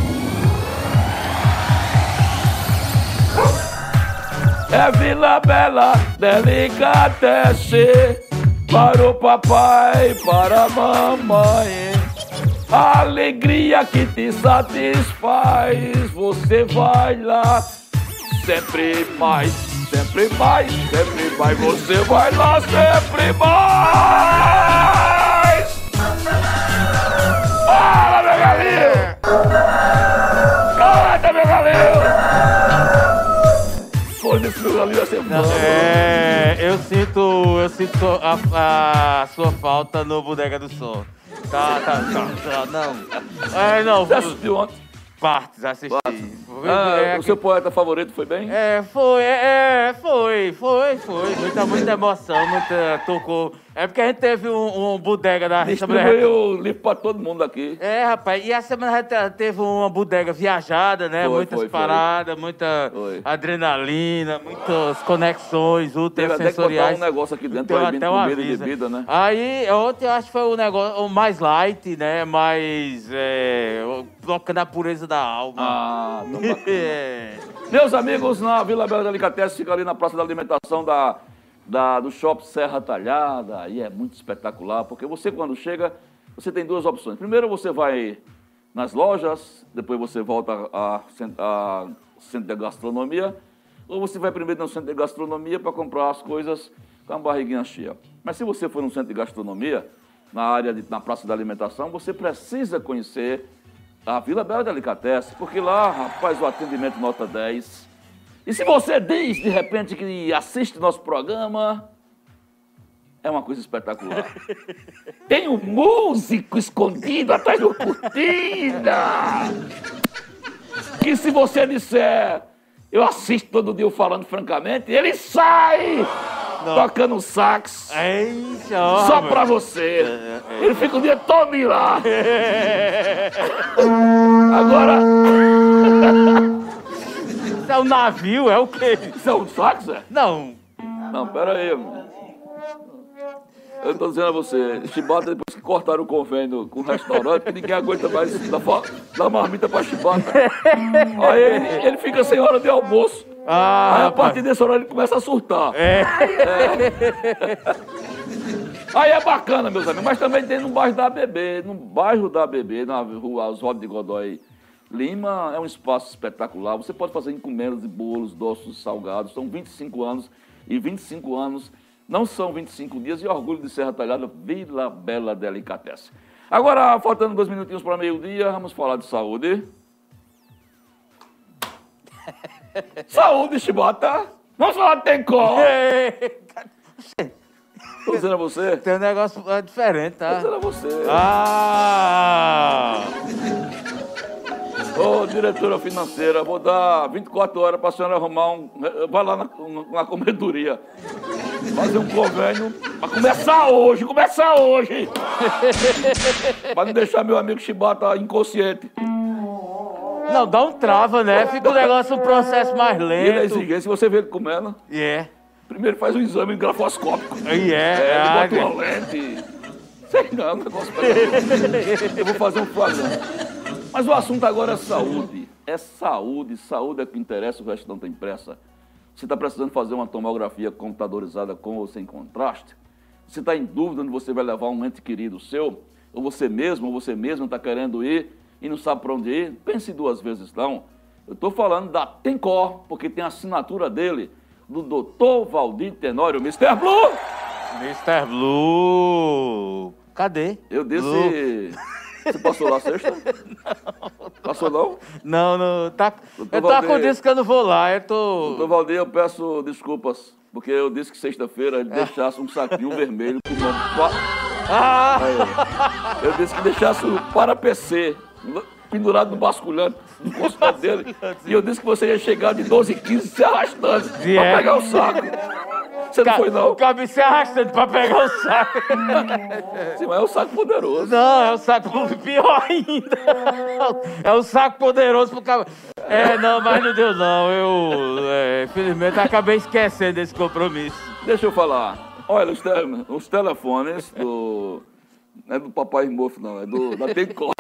Speaker 2: É Vila Bela Delicatessen. Para o papai, para a mamãe. A alegria que te satisfaz. Você vai lá. Sempre mais, sempre mais, sempre mais. Você vai lá sempre mais. Fala, meu galinho! Canta, meu galinho! Foda-se, meu galinho, vai ser bom.
Speaker 5: É, eu sinto, eu sinto a, a sua falta no Bodega do Som. Tá, tá, tá, tá, não. É, não.
Speaker 2: Você assistiu ontem?
Speaker 5: Partes, assisti.
Speaker 2: Partes. Ah,
Speaker 5: é,
Speaker 2: o seu poeta favorito foi bem?
Speaker 5: É, foi, é, foi, foi, foi. Muita, muita emoção, muita. Tocou. É porque a gente teve um, um bodega da
Speaker 2: Distribuiu o livro pra todo mundo aqui.
Speaker 5: É, rapaz, e a semana a gente teve uma bodega viajada, né?
Speaker 2: Foi,
Speaker 5: Muitas
Speaker 2: foi,
Speaker 5: paradas, foi. muita
Speaker 2: foi.
Speaker 5: adrenalina, muitas conexões
Speaker 2: Teve até que botar um negócio aqui dentro pra ir comida e bebida, né?
Speaker 5: Aí, ontem eu acho que foi o negócio o mais light, né? Mais. É, tocando a pureza da alma.
Speaker 2: Ah, tão bacana.
Speaker 5: É.
Speaker 2: Meus amigos, na Vila Bela Delicatessen, fica ali na Praça da Alimentação da, da, do Shopping Serra Talhada. E é muito espetacular, porque você, quando chega, você tem duas opções. Primeiro, você vai nas lojas, depois você volta ao centro de gastronomia, ou você vai primeiro no centro de gastronomia para comprar as coisas com a barriguinha cheia. Mas se você for no centro de gastronomia, na área, de, na Praça da Alimentação, você precisa conhecer a Vila Bela Delicatessen, porque lá, rapaz, o atendimento nota dez. E se você diz, de repente, que assiste nosso programa, é uma coisa espetacular. Tem um músico escondido atrás do cortina. Que se você disser, eu assisto todo dia o Falando Francamente, ele sai Não. tocando sax.
Speaker 5: Eixa,
Speaker 2: só pra você. É, é, ele fica o dia todo lá. Agora...
Speaker 5: Isso é um navio, é o quê?
Speaker 2: Isso é um sax, é?
Speaker 5: Não.
Speaker 2: Não, pera aí. Eu tô dizendo a você, Chibata, depois que cortaram o convênio com o restaurante, ninguém aguenta mais dar, dar marmita pra Chibata. Aí ele, ele fica sem hora de almoço.
Speaker 5: Ah,
Speaker 2: aí a partir desse horário ele começa a surtar.
Speaker 5: É.
Speaker 2: É. Aí é bacana, meus amigos, mas também tem no bairro da A B B, no bairro da A B B, na rua Oswaldo de Godoy Lima, é um espaço espetacular. Você pode fazer encomendas de bolos, doces, salgados. São vinte e cinco anos, e vinte e cinco anos não são vinte e cinco dias, e orgulho de Serra Talhada, Vila Bela Delicatessen. Agora, faltando dois minutinhos para meio-dia, vamos falar de saúde. Saúde, Chibata! Vamos falar de Tencó! Tô dizendo a você.
Speaker 5: Tem um negócio diferente, tá?
Speaker 2: Tô dizendo a você.
Speaker 5: Ah!
Speaker 2: Ô, diretora financeira, vou dar vinte e quatro horas para a senhora arrumar um... Vai lá na, na comedoria. Fazer um convênio para começar hoje, começar hoje! Para não deixar meu amigo Chibata inconsciente.
Speaker 5: Não, dá um trava, né? Fica o negócio, um processo mais lento.
Speaker 2: E ele é exigente, se você vê ele comendo...
Speaker 5: É. Yeah.
Speaker 2: Primeiro faz um exame grafoscópico.
Speaker 5: Yeah.
Speaker 2: É,
Speaker 5: ah,
Speaker 2: ele bota uma lente. Sei não, é um negócio pra... Eu vou fazer um flagrante. Mas o assunto agora é saúde. É saúde, saúde é o que interessa, o resto não tem pressa. Você está precisando fazer uma tomografia computadorizada com ou sem contraste? Você está em dúvida onde você vai levar um ente querido seu? Ou você mesmo, ou você mesmo está querendo ir e não sabe para onde ir? Pense duas vezes não. Eu estou falando da Tencor, porque tem a assinatura dele, do doutor Valdir Tenório, mister Blue.
Speaker 5: mister Blue. Cadê?
Speaker 2: Eu disse...
Speaker 5: Blue.
Speaker 2: Você passou lá sexta?
Speaker 5: Não.
Speaker 2: Passou não?
Speaker 5: Não, não. Tá... Eu tô
Speaker 2: Valdir,
Speaker 5: acontecendo que eu não vou lá, eu tô...
Speaker 2: Doutor Valdir, eu peço desculpas, porque eu disse que sexta-feira ele deixasse um saquinho vermelho com o nome...
Speaker 5: Ah!
Speaker 2: Aí, eu disse que deixasse o para-P C pendurado no basculhante do consultório dele. E eu disse que você ia chegar de doze e quinze se arrastando
Speaker 5: E
Speaker 2: pra
Speaker 5: é?
Speaker 2: pegar o saco. Você não
Speaker 5: Ca-
Speaker 2: foi, não?
Speaker 5: O cabo se arrastando pra pegar o saco.
Speaker 2: Sim, mas é um saco poderoso.
Speaker 5: Não, é o saco pior ainda. É o saco poderoso pro cabo. É, não, mas não deu não. Eu, é, infelizmente, acabei esquecendo desse compromisso.
Speaker 2: Deixa eu falar. Olha, os, te- os telefones do... Não é do Papai Mofo, não. É do, da Tencor.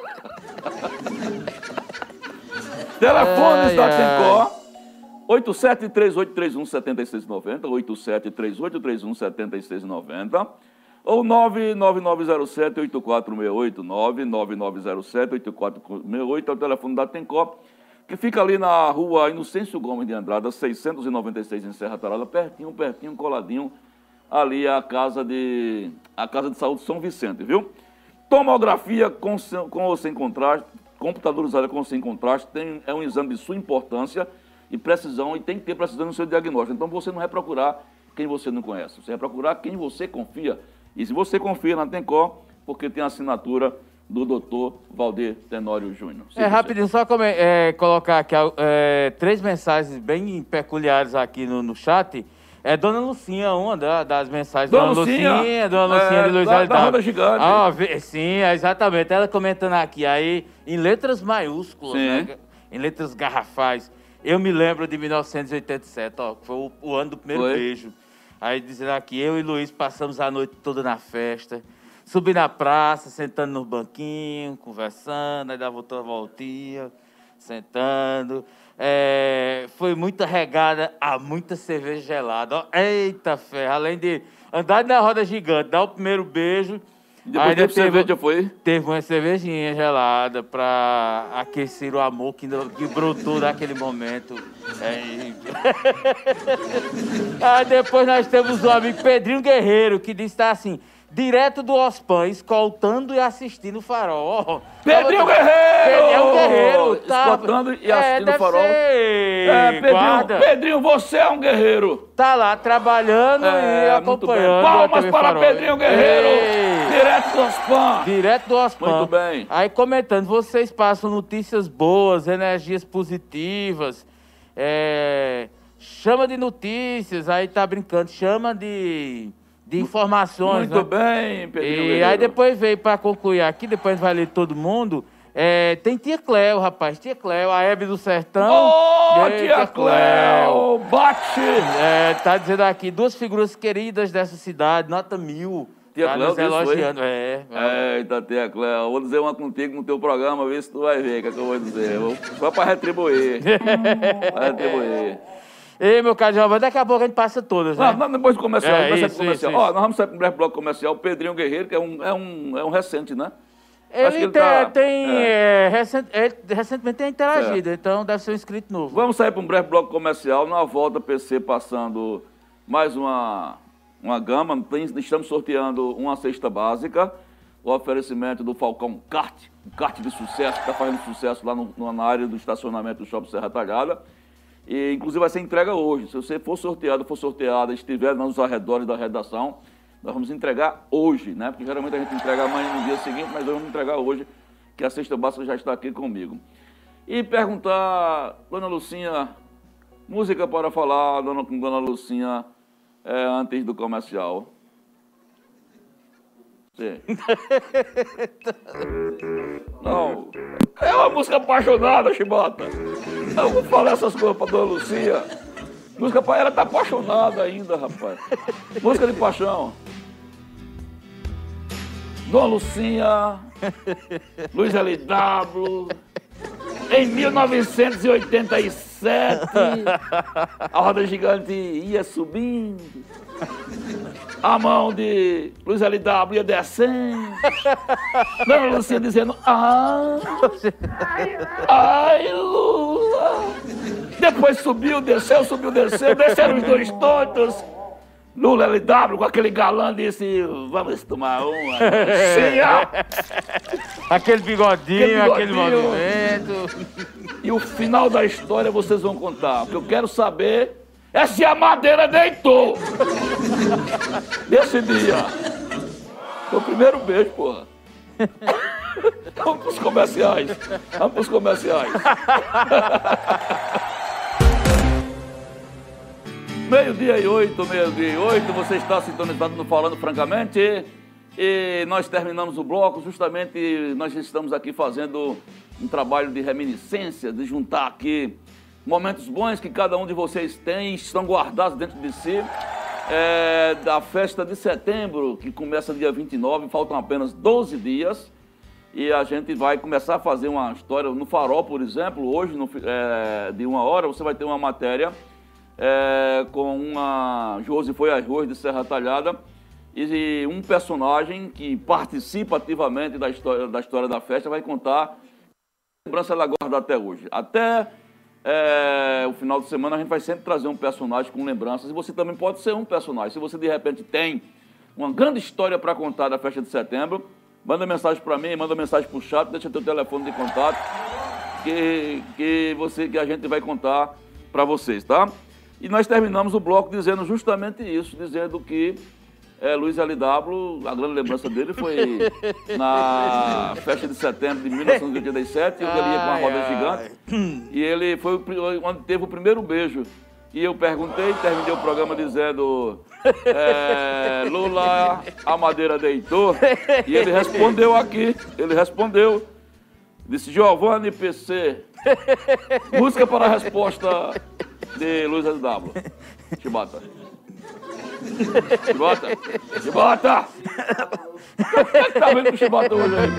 Speaker 2: Telefones
Speaker 5: Ai,
Speaker 2: da
Speaker 5: ai.
Speaker 2: Tencor. oito sete três oito três um sete seis nove zero, oito sete três oito três um sete seis nove zero, ou nove nove nove zero sete oito quatro seis oito, nove nove nove zero sete oito quatro seis oito, é o telefone da Tencor, que fica ali na rua Inocêncio Gomes de Andrada, seiscentos e noventa e seis, em Serra Talhada, pertinho, pertinho, coladinho, ali a casa de, a casa de saúde São Vicente, viu? Tomografia com, sem- com ou sem contraste, computadorizada com ou sem contraste, tem, é um exame de sua importância e precisão, e tem que ter precisão no seu diagnóstico. Então você não vai procurar quem você não conhece, você vai procurar quem você confia. E se você confia na Tencor, porque tem a assinatura do doutor Valdir Tenório Júnior.
Speaker 5: É, rapidinho, só come- é, colocar aqui é, três mensagens bem peculiares aqui no, no chat. É Dona Lucinha, uma da- das mensagens.
Speaker 2: Dona Lucinha?
Speaker 5: Dona Lucinha
Speaker 2: É,
Speaker 5: de Luiz
Speaker 2: da-
Speaker 5: Alves.
Speaker 2: da Roda Gigante.
Speaker 5: Ah, vê- sim, é, exatamente. Ela comentando aqui, aí, em letras maiúsculas,
Speaker 2: Sim.
Speaker 5: né, em letras garrafais. Eu me lembro de mil novecentos e oitenta e sete, ó, que foi o, o ano do primeiro
Speaker 2: Foi.
Speaker 5: beijo. Aí dizendo aqui, eu e Luiz passamos a noite toda na festa. Subi na praça, sentando no banquinho, conversando, aí dava outra voltinha, sentando. É, foi muita regada a muita cerveja gelada. Ó, eita fé, além de andar na roda gigante, dar o primeiro beijo.
Speaker 2: Depois
Speaker 5: ainda
Speaker 2: teve cerveja, foi?
Speaker 5: Teve uma cervejinha gelada para aquecer o amor que, que brotou naquele momento. É. Aí depois nós temos o amigo Pedrinho Guerreiro, que disse que tá assim, direto do Ospan, escoltando e assistindo o Farol.
Speaker 2: Pedrinho Guerreiro!
Speaker 5: Pedrinho Guerreiro, tá?
Speaker 2: Escoltando e assistindo
Speaker 5: é,
Speaker 2: o
Speaker 5: deve
Speaker 2: Farol.
Speaker 5: ser
Speaker 2: É, Pedrinho,
Speaker 5: guarda.
Speaker 2: Pedrinho, você é um guerreiro.
Speaker 5: Tá lá trabalhando e
Speaker 2: É, muito bem.
Speaker 5: acompanhando. a
Speaker 2: Palmas
Speaker 5: T V
Speaker 2: para
Speaker 5: Farol.
Speaker 2: Pedrinho Guerreiro,
Speaker 5: Ei.
Speaker 2: direto do Ospan.
Speaker 5: Direto do Ospan.
Speaker 2: Muito bem.
Speaker 5: Aí comentando, vocês passam notícias boas, energias positivas, é, chama de notícias, aí tá brincando, chama de, de informações.
Speaker 2: Muito
Speaker 5: né?
Speaker 2: bem, Pedrinho
Speaker 5: E
Speaker 2: Guerreiro.
Speaker 5: aí depois veio para concluir aqui, depois vai ler todo mundo. É, tem tia Cléo, rapaz, tia Cléo, a Hebe do Sertão.
Speaker 2: Ô,
Speaker 5: Ei,
Speaker 2: tia Cléo, bate!
Speaker 5: É, tá dizendo aqui, duas figuras queridas dessa cidade, nota mil.
Speaker 2: Tia
Speaker 5: tá
Speaker 2: Cléo
Speaker 5: nos
Speaker 2: disse, foi?
Speaker 5: elogiando. É, é.
Speaker 2: Eita, tia Cléo, vou dizer uma contigo no teu programa, vê se tu vai ver o que, é que eu vou dizer. Vou- Só para retribuir. Para retribuir.
Speaker 5: Ei, meu caro Giovanni, daqui a pouco a gente passa todas, né?
Speaker 2: Não, não, depois do comercial,
Speaker 5: É,
Speaker 2: depois do
Speaker 5: isso,
Speaker 2: comercial.
Speaker 5: isso,
Speaker 2: Ó,
Speaker 5: isso.
Speaker 2: nós vamos sair para um breve bloco comercial. O Pedrinho Guerreiro, que é um, é um, é um recente, né? Acho
Speaker 5: Ele,
Speaker 2: que ele
Speaker 5: tem,
Speaker 2: tá-
Speaker 5: tem,
Speaker 2: é.
Speaker 5: é, recent- ele recentemente tem interagido, então deve ser um inscrito novo.
Speaker 2: Vamos sair para um breve bloco comercial. Na volta, P C passando mais uma, uma gama. Tem- Estamos sorteando uma cesta básica. O oferecimento do Falcão Kart, um kart de sucesso, que está fazendo sucesso lá no- no- na área do estacionamento do Shopping Serra Talhada. E, inclusive, vai ser entrega hoje. Se você for sorteado, for sorteada, estiver nos arredores da redação, nós vamos entregar hoje, né? Porque geralmente a gente entrega amanhã no dia seguinte, mas nós vamos entregar hoje, que a cesta básica já está aqui comigo. E perguntar, dona Lucinha, música para falar, dona, com dona Lucinha, é, antes do comercial. Sim. Não, é uma música apaixonada, Chibata. Eu vou falar essas coisas para dona Lucinha. Música para ela, tá apaixonada ainda, rapaz. Música de paixão. Dona Lucinha, Luiz L W, em mil novecentos e oitenta e sete, a roda gigante ia subindo, a mão de Luiz L W ia descendo, Dona Lucinha dizendo, ai, ai, Lula. Depois subiu, desceu, subiu, desceu, desceram os dois tontos. Lula L W com aquele galã disse, vamos tomar uma. Sim, ó.
Speaker 5: Aquele bigodinho, aquele,
Speaker 2: bigodinho.
Speaker 5: aquele movimento.
Speaker 2: E o final da história vocês vão contar. O que eu quero saber é se a Madeira deitou. Nesse dia. Foi o primeiro beijo, porra. Vamos pros comerciais. Vamos pros comerciais. Meio-dia e oito, meio-dia e oito, você está sintonizado no Falando Francamente. E nós terminamos o bloco, justamente nós estamos aqui fazendo um trabalho de reminiscência, de juntar aqui momentos bons que cada um de vocês tem, estão guardados dentro de si. É, da festa de setembro, que começa dia vinte e nove, faltam apenas doze dias. E a gente vai começar a fazer uma história no Farol, por exemplo. Hoje, no, é, de uma hora, você vai ter uma matéria é, com uma Josi Foi Arroz de Serra Talhada e um personagem que participa ativamente da história da, história da festa vai contar a lembrança ela guarda até hoje. Até é, o final de semana a gente vai sempre trazer um personagem com lembranças e você também pode ser um personagem. Se você de repente tem uma grande história para contar da festa de setembro, manda mensagem para mim, manda mensagem para o chat, deixa teu telefone de contato que, que, você, que a gente vai contar para vocês, tá? E nós terminamos o bloco dizendo justamente isso, dizendo que é, Luiz L W, a grande lembrança dele foi na festa de setembro de mil novecentos e oitenta e sete, onde ele ia com uma roda gigante, e ele foi onde teve o primeiro beijo. E eu perguntei, terminei o programa dizendo, é, Lula, a Madeira deitou, e ele respondeu aqui, ele respondeu, disse, Giovanni P C, música para a resposta de Luiz L W. Chibata. Chibata. Chibata. O que é que tá vendo com o Chibata hoje aí?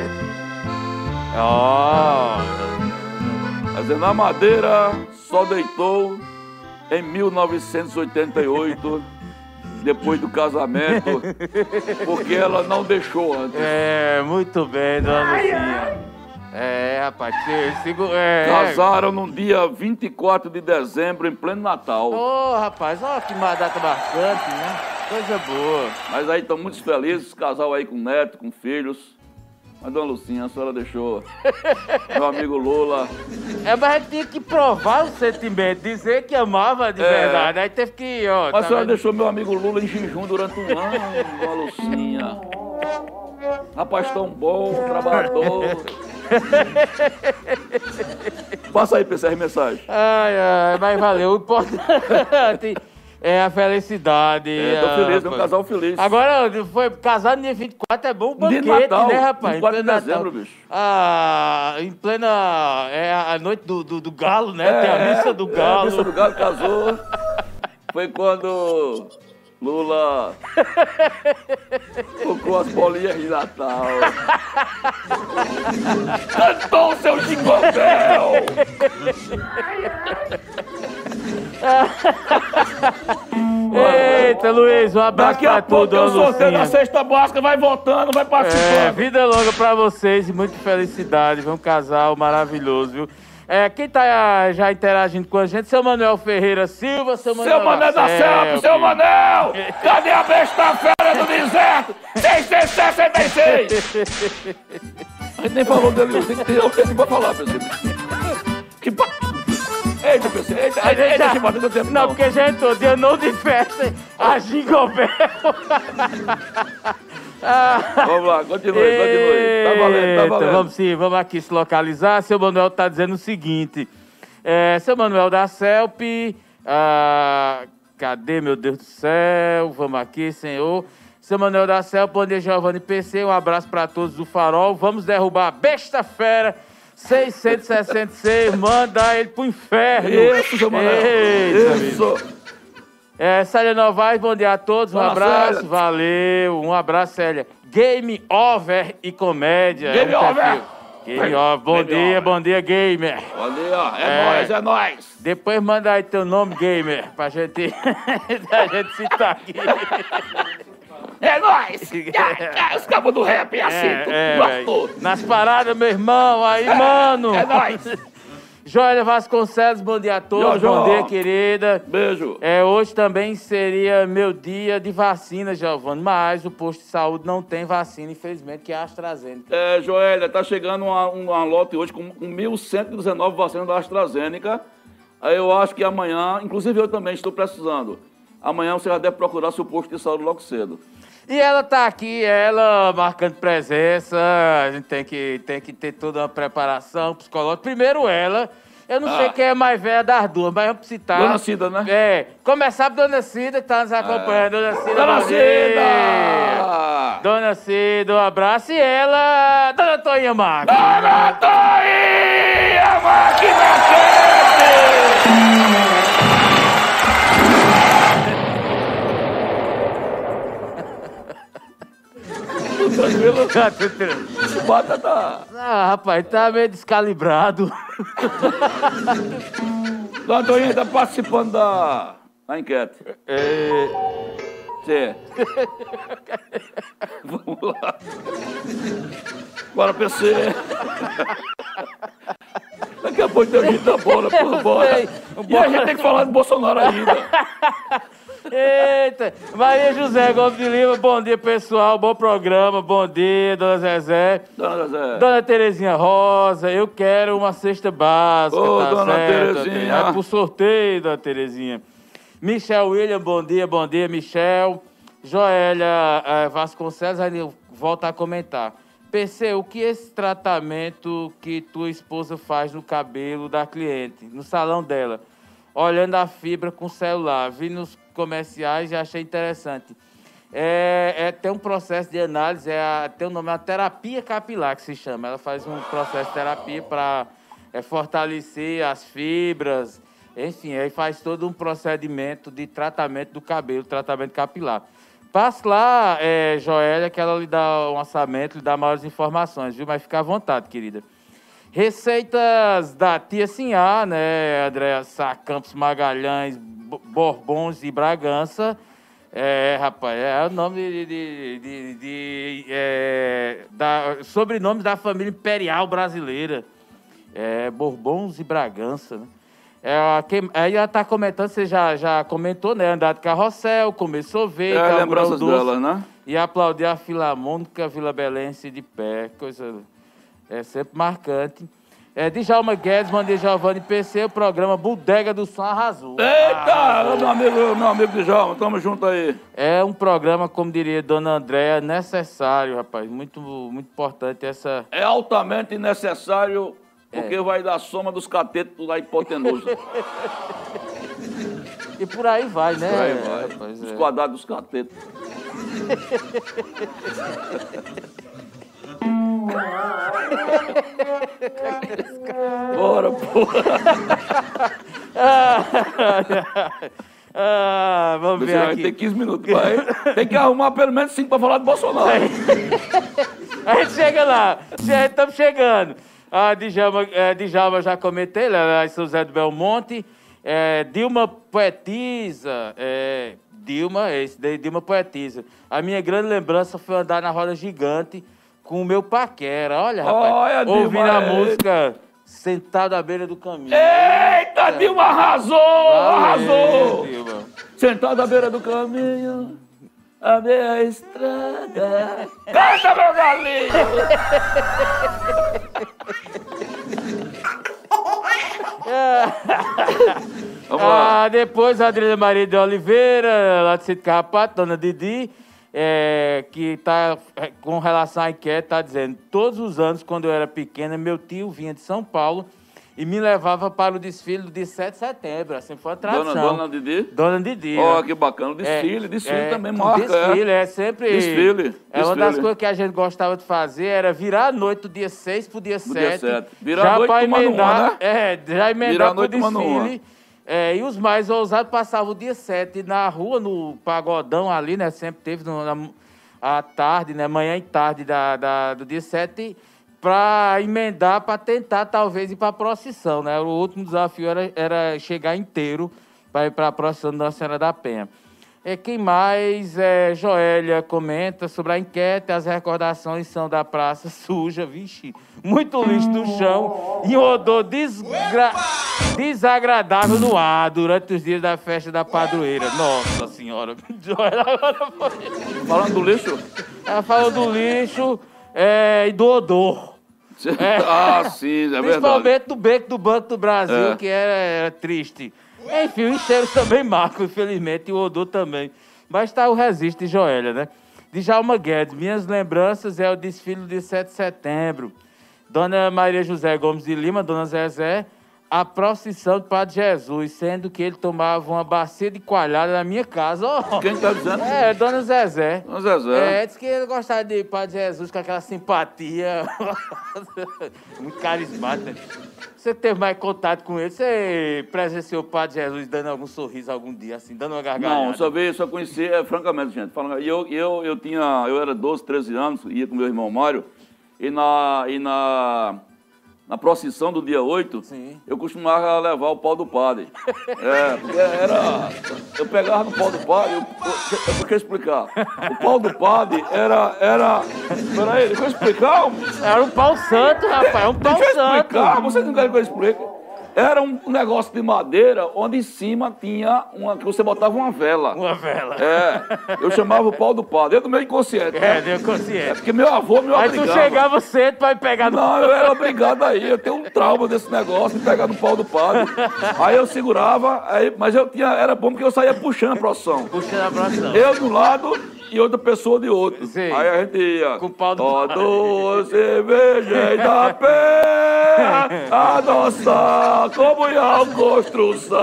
Speaker 5: Ó.
Speaker 2: Quer dizer, na Madeira só deitou em mil novecentos e oitenta e oito, depois do casamento, porque ela não deixou antes.
Speaker 5: É, muito bem, dona Lucinha. É, rapaz, sigo, é,
Speaker 2: casaram no dia vinte e quatro de dezembro, em pleno Natal.
Speaker 5: Ô, oh, rapaz, ó, que data marcante, né? Coisa boa.
Speaker 2: Mas aí estão muito felizes, casal aí com neto, com filhos. Mas, dona Lucinha, a senhora deixou meu amigo Lula.
Speaker 5: É, mas a gente tinha que provar o sentimento, dizer que amava de é. verdade. Aí teve que, ó...
Speaker 2: Mas
Speaker 5: tá
Speaker 2: a senhora
Speaker 5: vendo?
Speaker 2: deixou meu amigo Lula em jejum durante um ano, dona Lucinha. Rapaz tão bom, trabalhador. Passa aí, P C R, mensagem.
Speaker 5: Ai, ai, mas valeu. O importante é a felicidade.
Speaker 2: É, tô feliz, é um casal feliz.
Speaker 5: Agora, foi casado no dia vinte e quatro, é bom o banquete,
Speaker 2: de Natal,
Speaker 5: né, rapaz?
Speaker 2: vinte e quatro de dezembro, bicho.
Speaker 5: Ah, em plena... É a noite do, do, do galo, né? É, tem a missa do galo.
Speaker 2: É, a missa do galo casou. Foi quando Lula tocou as bolinhas de Natal. Cantou o seu Jingle Bell!
Speaker 5: Eita, Luiz, um abraço
Speaker 2: Daqui a
Speaker 5: pra
Speaker 2: pouco
Speaker 5: tudo,
Speaker 2: eu sorteio
Speaker 5: Lucinha.
Speaker 2: na Sexta Básica, vai voltando, vai participando.
Speaker 5: É, vida longa pra vocês e muita felicidade. Um casal maravilhoso, viu? É, quem tá já interagindo com a gente, seu Manuel Ferreira Silva, seu Manuel
Speaker 2: Seu Manuel da Selva, seu Manel! Cadê a besta fera do deserto? seiscentos e sessenta e seis! A gente nem falou dele, tem que ter alguém pra falar, pessoal. Que pa... Eita, pessoal, eita,
Speaker 5: A gente
Speaker 2: eita,
Speaker 5: já-
Speaker 2: que bateu no tempo,
Speaker 5: Não,
Speaker 2: não.
Speaker 5: porque gente, todo dia não de festa, a Jingle Bell.
Speaker 2: Vamos lá, continue, continue. Tá valendo, tá
Speaker 5: Eita,
Speaker 2: valendo.
Speaker 5: Vamos sim, vamos aqui se localizar. Seu Manuel tá dizendo o seguinte. É, seu Manuel da Celp, ah, cadê, meu Deus do céu? Vamos aqui, senhor. Seu Manuel da Celp, bom dia, Giovanni P C. Um abraço para todos do Farol. Vamos derrubar a besta fera. seiscentos e sessenta e seis, manda ele pro inferno.
Speaker 2: Isso, seu Manel.
Speaker 5: Eita,
Speaker 2: Isso.
Speaker 5: É, Célia Novaes, bom dia a todos, um
Speaker 2: Fala,
Speaker 5: abraço,
Speaker 2: Célia.
Speaker 5: valeu, um abraço, Célia. Game Over e Comédia.
Speaker 2: Game
Speaker 5: é um
Speaker 2: Over.
Speaker 5: perfil. Game Over, bom
Speaker 2: Game
Speaker 5: dia,
Speaker 2: Over.
Speaker 5: bom dia, Gamer.
Speaker 2: Olha, ó, é,
Speaker 5: É.
Speaker 2: nóis, é nóis.
Speaker 5: Depois manda aí teu nome, Gamer, pra gente, pra gente citar aqui.
Speaker 2: É nóis. É, os cabos do rap é assim,
Speaker 5: É,
Speaker 2: tu
Speaker 5: é,
Speaker 2: gostou.
Speaker 5: velho. Nas paradas, meu irmão, aí, mano.
Speaker 2: É nóis.
Speaker 5: Joélia Vasconcelos, bom dia a todos.
Speaker 2: Jo, jo.
Speaker 5: Bom dia, querida.
Speaker 2: Beijo.
Speaker 5: É, hoje também seria meu dia de vacina, Giovanni, mas o posto de saúde não tem vacina, infelizmente, que é a AstraZeneca.
Speaker 2: É, Joélia, tá chegando uma, uma lote hoje com, com mil cento e dezenove vacinas da AstraZeneca. Aí eu acho que amanhã, inclusive eu também estou precisando, amanhã você já deve procurar seu posto de saúde logo cedo.
Speaker 5: E ela tá aqui, ela marcando presença, a gente tem que, tem que ter toda uma preparação psicológica. Primeiro ela, eu não ah. sei quem é mais velha das duas, mas vamos citar.
Speaker 2: Dona Cida, né?
Speaker 5: É, começar por Dona Cida, que tá nos acompanhando. É. Dona Cida,
Speaker 2: Dona
Speaker 5: Cida! Dona Cida, um abraço. E ela, Dona Toinha Máquina.
Speaker 2: Dona Toinha Máquina quente! Tranquilo? Bota tá.
Speaker 5: Ah, rapaz, tá meio descalibrado.
Speaker 2: Dona Toinha tá participando da, da enquete.
Speaker 5: É.
Speaker 2: Sim. Vamos lá. Bora, P C. Daqui a pouco tem o jeito da bola, por bora. E a gente tem que falar de Bolsonaro ainda.
Speaker 5: Eita! Maria José Gomes de Lima, bom dia, pessoal. Bom programa, bom dia, Dona Zezé.
Speaker 2: Dona Zezé.
Speaker 5: Dona Terezinha Rosa, eu quero uma cesta básica,
Speaker 2: Ô,
Speaker 5: tá
Speaker 2: Dona
Speaker 5: certo?
Speaker 2: Terezinha.
Speaker 5: É pro sorteio, Dona Terezinha. Michel William, bom dia, bom dia, Michel. Joélia eh, Vasconcelos, aí volta a comentar. P C, o que esse tratamento que tua esposa faz no cabelo da cliente, no salão dela, olhando a fibra com o celular, vi nos comerciais e achei interessante. É, é, tem um processo de análise, é a, tem o um nome, é a terapia capilar, que se chama. Ela faz um processo de terapia para é, fortalecer as fibras, enfim, aí faz todo um procedimento de tratamento do cabelo, tratamento capilar. Passe lá, é, Joélia, que ela lhe dá um orçamento, lhe dá maiores informações, viu? Mas fica à vontade, querida. Receitas da Tia Sinhá, né, Andréa Sá Campos Magalhães, Borbons e Bragança. É, rapaz, é o nome de... de, de, de é, da, sobrenome da família imperial brasileira. É, Borbons e Bragança, né? É, quem, aí ela está comentando, você já, já comentou, né? Andar de carrossel, comer sorvete,
Speaker 2: é, lembranças dela, né?
Speaker 6: E aplaudir a Filarmônica Vila Belense de pé, coisa é sempre marcante. É, Djalma Guedes, Mandir Giovanni P C, o programa Bodega do Som arrasou.
Speaker 2: Eita, ah, meu amigo, meu amigo Djalma, tamo junto aí.
Speaker 6: É um programa, como diria Dona Andréa, necessário, rapaz, muito, muito importante essa...
Speaker 2: É altamente necessário, porque é. vai dar soma dos catetos da hipotenusa.
Speaker 6: E por aí vai, né?
Speaker 2: Por aí vai,
Speaker 6: rapaz,
Speaker 2: os
Speaker 6: é.
Speaker 2: quadrados dos catetos. Bora, porra.
Speaker 6: ah, vamos
Speaker 2: Você
Speaker 6: ver
Speaker 2: vai
Speaker 6: aqui.
Speaker 2: ter quinze minutos, vai. Tem que arrumar pelo menos cinco pra falar de Bolsonaro.
Speaker 6: A gente chega lá. Estamos chegando. A Djalma, é, Djalma já comentei, lá em São José do Belmonte. É, Dilma Poetisa. É, Dilma, esse daí, Dilma Poetisa. A minha grande lembrança foi andar na roda gigante com o meu paquera. Olha, rapaz.
Speaker 2: Olha,
Speaker 6: ouvindo
Speaker 2: Dilma,
Speaker 6: a
Speaker 2: é...
Speaker 6: música Sentado à beira do caminho.
Speaker 2: Eita, é. Dilma arrasou! Valeu, arrasou!
Speaker 6: Dilma.
Speaker 2: Sentado à beira do caminho, a minha estrada. Canta, meu galinho!
Speaker 6: Vamos lá. Ah, depois a Adriana Maria de Oliveira, lá de Sítio Carrapato, Dona Didi, é, que está com relação à enquete, está dizendo: todos os anos, quando eu era pequena, meu tio vinha de São Paulo e me levava para o desfile do dia sete de setembro. Assim foi a tradição.
Speaker 2: Dona, Dona Didi?
Speaker 6: Dona Didi.
Speaker 2: Ó, oh,
Speaker 6: né?
Speaker 2: que bacana. O desfile,
Speaker 6: é,
Speaker 2: desfile
Speaker 6: é,
Speaker 2: também marca.
Speaker 6: Desfile, é,
Speaker 2: é
Speaker 6: sempre...
Speaker 2: Desfile.
Speaker 6: É uma das coisas que a gente gostava de fazer, era virar a noite do dia seis para o dia sete.
Speaker 2: Virar
Speaker 6: já
Speaker 2: a noite
Speaker 6: emendar,
Speaker 2: uma, né?
Speaker 6: É, já emendar para o desfile.
Speaker 2: Uma.
Speaker 6: É, e os mais ousados passavam o dia sete na rua, no pagodão ali, né? Sempre teve no, na, à tarde, né? Manhã e tarde da, da, do dia sete, para emendar, para tentar, talvez, ir para a procissão, né? O último desafio era, era chegar inteiro para ir para a procissão da Nossa Senhora da Penha.
Speaker 5: É, quem mais? É, Joélia comenta sobre a enquete. As recordações são da praça suja, vixe, muito lixo no chão e um odor desgra... desagradável no ar durante os dias da festa da padroeira. Nossa Senhora. Joélia agora foi...
Speaker 2: Falando do lixo?
Speaker 5: Ela falou do lixo é, e do odor.
Speaker 2: É. Ah, sim, é verdade.
Speaker 5: Principalmente do beco do Banco do Brasil,
Speaker 2: É.
Speaker 5: que era, era triste. Enfim, os cheiros também marcam, infelizmente, e o odor também. Mas está o registro de Joélia, né? Djalma Guedes, minhas lembranças é o desfile de sete de setembro. Dona Maria José Gomes de Lima, Dona Zezé, a procissão do Padre Jesus, sendo que ele tomava uma bacia de coalhada na minha casa. Oh,
Speaker 2: Quem está dizendo?
Speaker 5: é, Dona Zezé.
Speaker 2: Dona Zezé.
Speaker 5: É, disse que ele gostava de Padre Jesus com aquela simpatia. Muito carismático, né? Você teve mais contato com ele? Você presenciou o Padre Jesus dando algum sorriso algum dia, assim, dando uma gargalhada?
Speaker 2: Não, só vi, só conheci, é, francamente, gente. Falando, e eu, eu, eu tinha, eu era doze, treze anos, ia com meu irmão Mário, e na, e na, na procissão do dia oito,
Speaker 5: Sim.
Speaker 2: eu costumava levar o pau do padre. É, porque era. Eu pegava no pau do padre, eu, eu, eu vou explicar. O pau do padre era. era peraí, deixa eu explicar.
Speaker 5: Era um pau santo, rapaz, é um pau
Speaker 2: Deixa eu
Speaker 5: santo.
Speaker 2: explicar, vocês não querem que eu explique? Era um negócio de madeira onde em cima tinha uma. Que você botava uma vela.
Speaker 5: Uma vela.
Speaker 2: É, eu chamava o pau do padre. Eu do meu inconsciente.
Speaker 5: É,
Speaker 2: né?
Speaker 5: deu
Speaker 2: É
Speaker 5: consciente.
Speaker 2: porque meu avô me
Speaker 5: Aí
Speaker 2: obrigava.
Speaker 5: tu chegava cedo pra ir pegar no...
Speaker 2: Não, eu era obrigado aí. Eu tenho um trauma desse negócio de pegar no pau do padre. Aí eu segurava, aí, mas eu tinha. Era bom porque eu saía puxando a procissão.
Speaker 5: Puxando a procissão.
Speaker 2: Eu de um lado e outra pessoa de outro.
Speaker 5: Sim.
Speaker 2: Aí a gente ia.
Speaker 5: Com o pau do
Speaker 2: Todo cerveja da pé, a nossa comunhão construção.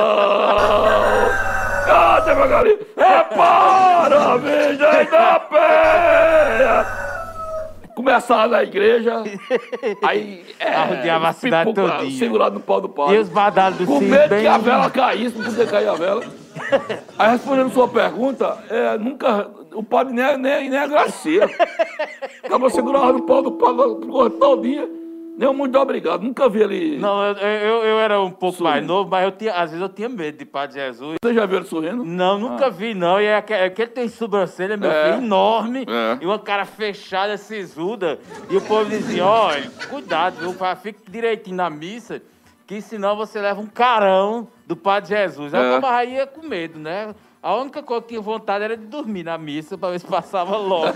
Speaker 2: Canta, devagarinho. É para, virgem da pé. Começava na igreja, aí é,
Speaker 5: Arrodeava a cidade
Speaker 2: pipoca,
Speaker 5: todinha.
Speaker 2: segurado no pau do padre.
Speaker 5: E os badalos do
Speaker 2: Com
Speaker 5: Cid
Speaker 2: medo
Speaker 5: bem...
Speaker 2: que a vela caísse, não podia cair a vela. Aí, respondendo sua pergunta, é, nunca, o padre nem, nem, nem agradecia. Acabou segurando no pau do padre todo dia. Nem muito obrigado, nunca vi ele.
Speaker 5: Não, eu, eu, eu era um pouco
Speaker 2: Sorrindo.
Speaker 5: mais novo, mas eu tinha, às vezes eu tinha medo de Padre Jesus.
Speaker 2: Você já viu ele sorrindo?
Speaker 5: Não, nunca
Speaker 2: Ah.
Speaker 5: vi, não. E é que, é que ele tem sobrancelha, meu
Speaker 2: É.
Speaker 5: filho, enorme,
Speaker 2: É.
Speaker 5: e uma cara fechada, sisuda. E o povo dizia, olha, cuidado, viu? Fique direitinho na missa, que senão você leva um carão do Padre Jesus. Aí
Speaker 2: É.
Speaker 5: eu tava ia com medo, né? A única coisa que eu tinha vontade era de dormir na missa, pra ver se passava logo.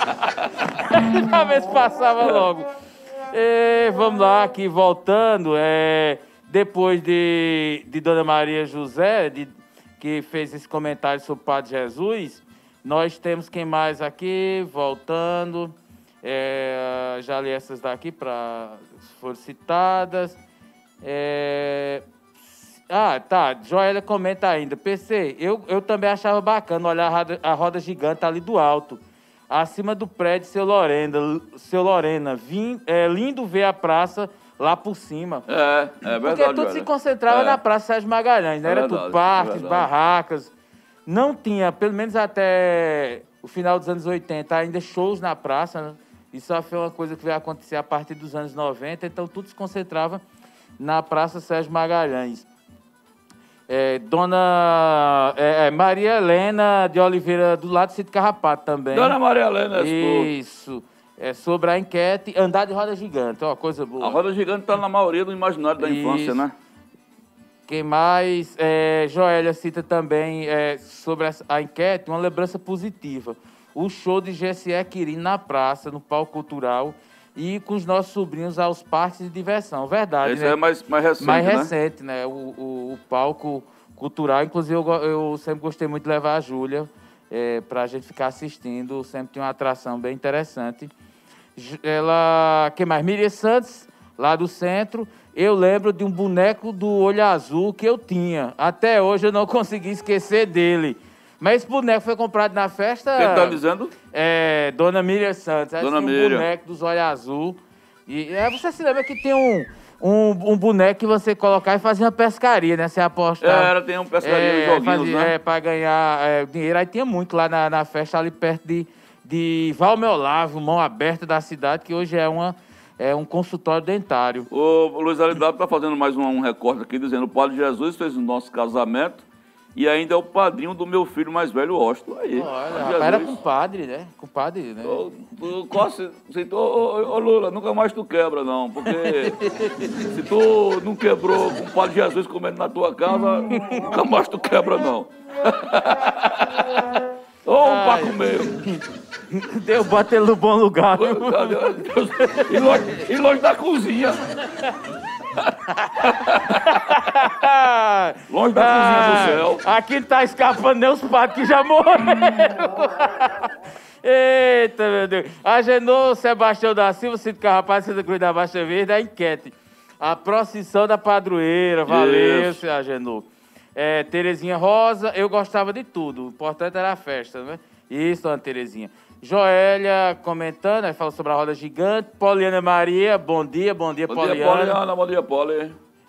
Speaker 5: Pra ver se passava logo. E, vamos lá, aqui voltando, é, depois de, de Dona Maria José, de, que fez esse comentário sobre o Padre Jesus, nós temos quem mais aqui, voltando, é, já li essas daqui para foram citadas. É, ah, tá, Joélia comenta ainda, P C, eu, eu também achava bacana olhar a roda, a roda gigante ali do alto, acima do prédio Seu Lorena, Seu Lorena, vim, é lindo ver a praça lá por cima.
Speaker 2: É, é verdade.
Speaker 5: Porque tudo
Speaker 2: velho.
Speaker 5: se concentrava
Speaker 2: É.
Speaker 5: na Praça Sérgio Magalhães, né?
Speaker 2: É
Speaker 5: Era
Speaker 2: verdade,
Speaker 5: tudo parques,
Speaker 2: é verdade.
Speaker 5: barracas. Não tinha, pelo menos até o final dos anos oitenta, ainda shows na praça, né? Isso só foi uma coisa que veio acontecer a partir dos anos noventa, então tudo se concentrava na Praça Sérgio Magalhães. É, Dona é, é, Maria Helena de Oliveira, do lado do Sítio Carrapato também.
Speaker 2: Dona Maria Helena, esposa.
Speaker 5: Isso. É sobre a enquete, andar de roda gigante, ó, coisa boa.
Speaker 2: A roda gigante está na maioria do imaginário da infância,
Speaker 5: Isso.
Speaker 2: né?
Speaker 5: Quem mais? É, Joélia cita também é, sobre essa- a enquete uma lembrança positiva. O show de G S E Quirino na praça, no palco cultural, e com os nossos sobrinhos aos parques de diversão. Verdade,
Speaker 2: Esse
Speaker 5: né?
Speaker 2: é mais, mais recente,
Speaker 5: Mais
Speaker 2: né?
Speaker 5: recente, né? O, o, o palco cultural. Inclusive, eu, go- eu sempre gostei muito de levar a Júlia é, para a gente ficar assistindo. Sempre tinha uma atração bem interessante. Ju- Ela... Quem mais? Miriam Santos, lá do centro. Eu lembro de um boneco do olho azul que eu tinha. Até hoje eu não consegui esquecer dele. Mas esse boneco foi comprado na festa...
Speaker 2: Quem está dizendo?
Speaker 5: É, Dona Miriam Santos. Ela
Speaker 2: Dona
Speaker 5: tinha um
Speaker 2: Miriam.
Speaker 5: boneco dos olhos azul. E é, você se lembra que tem um, um, um boneco que você colocar e fazer uma pescaria, né? Você
Speaker 2: É,
Speaker 5: apostar.
Speaker 2: era, tem um pescaria de joguinhos,
Speaker 5: fazia,
Speaker 2: né?
Speaker 5: É, pra ganhar é, dinheiro. Aí tinha muito lá na, na festa, ali perto de, de Valmeolavo, mão aberta da cidade, que hoje é, uma, é um consultório dentário.
Speaker 2: O Luiz Alidário está fazendo mais um, um recorte aqui, dizendo o Padre Jesus fez o nosso casamento e ainda é o padrinho do meu filho mais velho, Osto. Aí.
Speaker 5: Olha, rapaz, era compadre, né? Compadre, né?
Speaker 2: Ô, ô, Costa, se tu, ô, ô, ô, Lula, nunca mais tu quebra, não. Porque se tu não quebrou com o Padre Jesus comendo na tua casa, nunca mais tu quebra, não. Ô, um pra comer.
Speaker 5: Deus bota ele no bom lugar, viu?
Speaker 2: E longe, e longe da cozinha. Longe da cozinha do céu.
Speaker 5: Aqui não tá escapando nem os patos que já morreram. Eita, meu Deus. Agenor Sebastião da Silva, Cito Carrapato, Santa Cruz da Baixa Verde, a enquete. A procissão da padroeira, valeu, seu Agenor. É, Terezinha Rosa, eu gostava de tudo. O importante era a festa, né? Isso, dona Terezinha. Joélia comentando, aí fala sobre a roda gigante. Poliana Maria, bom dia, bom dia,
Speaker 2: bom
Speaker 5: Poliana.
Speaker 2: Dia, Poliana. Bom dia, Poli.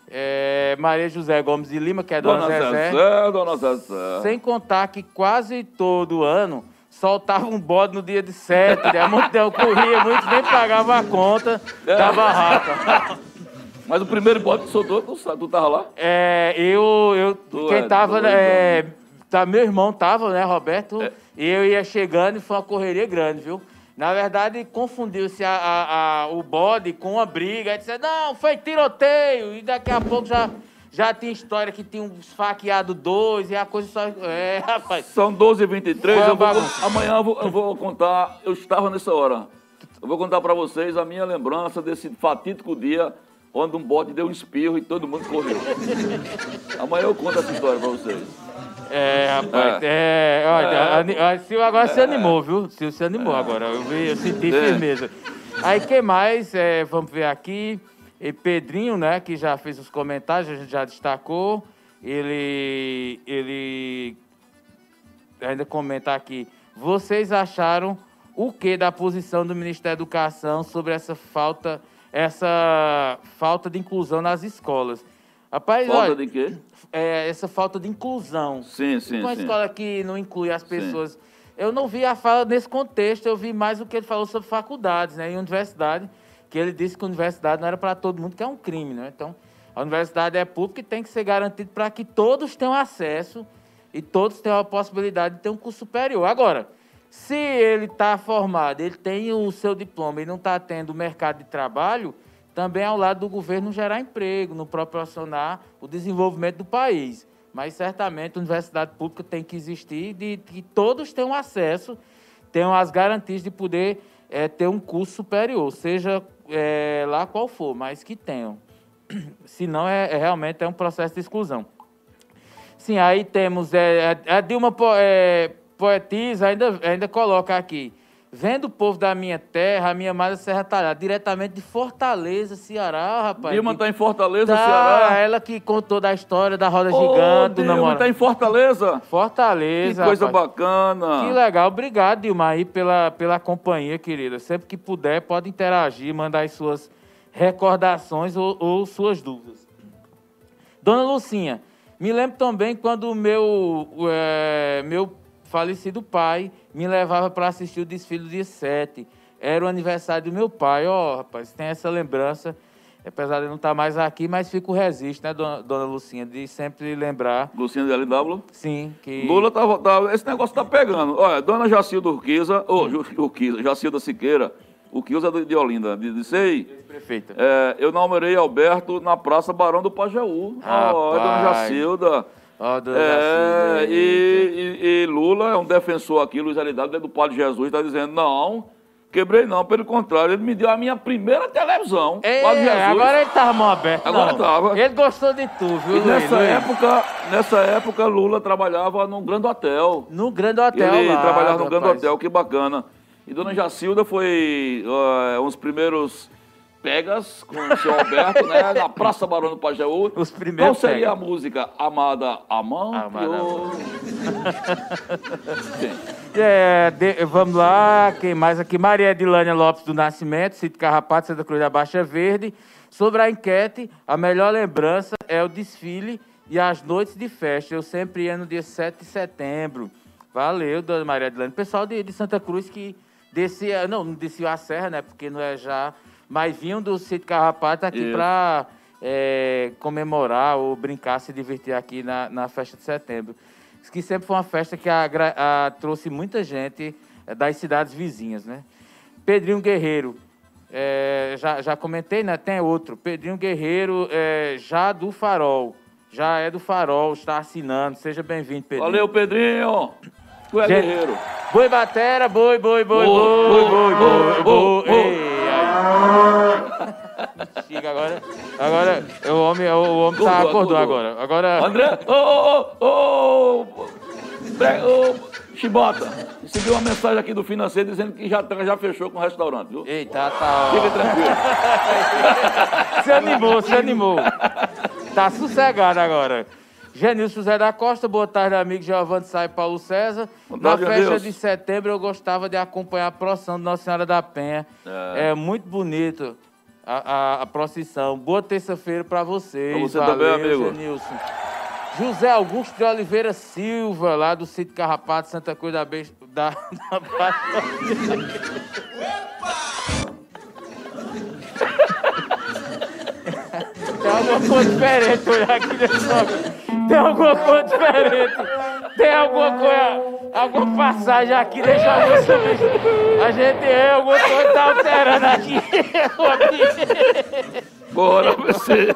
Speaker 5: É, Maria José Gomes de Lima, que é dona, dona Zezé.
Speaker 2: Zezé. Dona Zezé.
Speaker 5: Sem contar que quase todo ano soltava um bode no dia de sete, né? Muito tempo corria, muitos nem pagavam a conta é. da barraca.
Speaker 2: Mas o primeiro bode que soltou, tu, tu tava lá?
Speaker 5: É, eu, eu tu quem é tava, doido, é, tá, meu irmão tava, né, Roberto? É. E eu ia chegando e foi uma correria grande, viu? Na verdade, confundiu-se a, a, a, o bode com a briga. Aí disse, não, foi tiroteio. E daqui a pouco já, já tinha história que tinha um esfaqueado dois e a coisa só... É, rapaz.
Speaker 2: São doze e vinte e três. Eu vou, amanhã eu vou, eu vou contar... Eu estava nessa hora. Eu vou contar para vocês a minha lembrança desse fatídico dia onde um bode deu um espirro e todo mundo correu. Amanhã eu conto essa história para vocês.
Speaker 5: É, rapaz, é, é olha, é, Sil agora é, se animou, viu? Sil se animou é, agora, eu, vi, eu senti é. firmeza. Aí, quem mais? É, vamos ver aqui, e Pedrinho, né, que já fez os comentários, a gente já destacou, ele, ele ainda comenta aqui, vocês acharam o que da posição do Ministério da Educação sobre essa falta, essa falta de inclusão nas escolas? Rapaz,
Speaker 2: falta
Speaker 5: olha,
Speaker 2: de quê?
Speaker 5: É, essa falta de inclusão.
Speaker 2: Sim, sim,
Speaker 5: Uma
Speaker 2: sim.
Speaker 5: escola que não inclui as pessoas.
Speaker 2: Sim.
Speaker 5: Eu não vi a fala nesse contexto, eu vi mais o que ele falou sobre faculdades, né, e universidade, que ele disse que a universidade não era para todo mundo, que é um crime, né? Então, a universidade é pública e tem que ser garantido para que todos tenham acesso e todos tenham a possibilidade de ter um curso superior. Agora, se ele está formado, ele tem o seu diploma e não está tendo mercado de trabalho, também ao lado do governo gerar emprego, não proporcionar o desenvolvimento do país. Mas, certamente, a universidade pública tem que existir, de que todos tenham acesso, tenham as garantias de poder é, ter um curso superior, seja é, lá qual for, mas que tenham. Senão, é, é, realmente é um processo de exclusão. Sim, aí temos... É, a Dilma é, Poetisa ainda, ainda coloca aqui... Vendo o povo da minha terra, a minha amada Serra Talhada, diretamente de Fortaleza, Ceará, rapaz.
Speaker 2: Dilma está em Fortaleza,
Speaker 5: tá,
Speaker 2: Ceará?
Speaker 5: Ela que contou da história da roda
Speaker 2: Ô,
Speaker 5: gigante.
Speaker 2: Dilma está em Fortaleza?
Speaker 5: Fortaleza,
Speaker 2: Que coisa
Speaker 5: rapaz.
Speaker 2: bacana.
Speaker 5: Que legal. Obrigado, Dilma, aí pela, pela companhia, querida. Sempre que puder, pode interagir, mandar as suas recordações ou, ou suas dúvidas. Dona Lucinha, me lembro também quando o meu... É, meu falecido pai me levava para assistir o desfile do dia sete. Era o aniversário do meu pai. Ó, oh, rapaz, tem essa lembrança. Apesar de não estar mais aqui, mas fica o registro, né, dona, dona Lucinha, de sempre lembrar.
Speaker 2: Lucinha de L W?
Speaker 5: Sim. Que...
Speaker 2: Lula tá, tá... Esse negócio tá pegando. Olha, dona Jacilda Urquiza, ô, oh, Urquiza, Jacilda Siqueira, Urquiza de, de Olinda, disse aí.
Speaker 5: Prefeita.
Speaker 2: É, eu namorei Alberto na Praça Barão do Pajeú. Ó, oh, dona Jacilda.
Speaker 5: Ó, oh,
Speaker 2: é, e, e, e Lula é um defensor aqui, Luiz L W, do Padre Jesus, está dizendo, não, quebrei não, pelo contrário, ele me deu a minha primeira televisão.
Speaker 5: É, Padre Jesus. Agora ele estava mão aberta.
Speaker 2: Agora estava.
Speaker 5: Ele gostou de tu, viu, Luiz?
Speaker 2: Nessa
Speaker 5: Luiz?
Speaker 2: época, nessa época, Lula trabalhava num grande hotel.
Speaker 5: No grande hotel
Speaker 2: Ele
Speaker 5: lá,
Speaker 2: trabalhava num
Speaker 5: rapaz.
Speaker 2: grande hotel, que bacana. E dona Jacilda foi uh, uns primeiros... pegas com o seu Alberto, né? Na Praça Barão do Pajeú.
Speaker 5: Os primeiros
Speaker 2: Qual seria
Speaker 5: pega.
Speaker 2: a música? Amada Amante?
Speaker 5: Amada
Speaker 2: ou...
Speaker 5: é, de, vamos lá, quem mais aqui? Maria Edilânia Lopes do Nascimento, Sítio Carrapato, Santa Cruz da Baixa Verde. Sobre a enquete, a melhor lembrança é o desfile e as noites de festa. Eu sempre ia no dia sete de setembro. Valeu, dona Maria Edilânia. Pessoal de, de Santa Cruz que descia, não, não descia a serra, né? Porque não é já... Mas vinham do Sítio Carrapato aqui para é, comemorar ou brincar, se divertir aqui na, na festa de setembro. que sempre foi uma festa que a, a, trouxe muita gente das cidades vizinhas, né? Pedrinho Guerreiro, é, já, já comentei, né? Tem outro. Pedrinho Guerreiro, é, já do Farol. Já é do Farol, está assinando. Seja bem-vindo, Pedrinho.
Speaker 2: Valeu, Pedrinho. Tu é gente, guerreiro.
Speaker 5: Boi batera, boi, boi, boi, boi, boi, boi, boi, boi. Ei, aí. Chega agora. Agora, o homem, o homem tá, acordou agora. Agora...
Speaker 2: André, ô, ô, ô, ô, Chibota, recebi uma mensagem aqui do financeiro dizendo que já, já fechou com o restaurante, viu?
Speaker 5: Eita, tá...
Speaker 2: Fica tranquilo.
Speaker 5: Se animou, se animou. Tá sossegado agora. Genilson José da Costa, boa tarde, amigo Giovanni Sá e Paulo César. Na festa de setembro, eu gostava de acompanhar a procissão de Nossa Senhora da Penha. É, é muito bonito a, a, a procissão. Boa terça-feira para vocês.
Speaker 2: Pra você
Speaker 5: Valeu,
Speaker 2: também, amigo.
Speaker 5: Genilson. José Augusto de Oliveira Silva, lá do sítio Carrapato, Santa Cruz da Besta... Da, da Tem alguma coisa diferente olhar aqui nesse Tem alguma coisa diferente. Tem alguma coisa, alguma passagem aqui, deixa eu ver. A gente é, alguma coisa tá alterando aqui.
Speaker 2: Bora, você.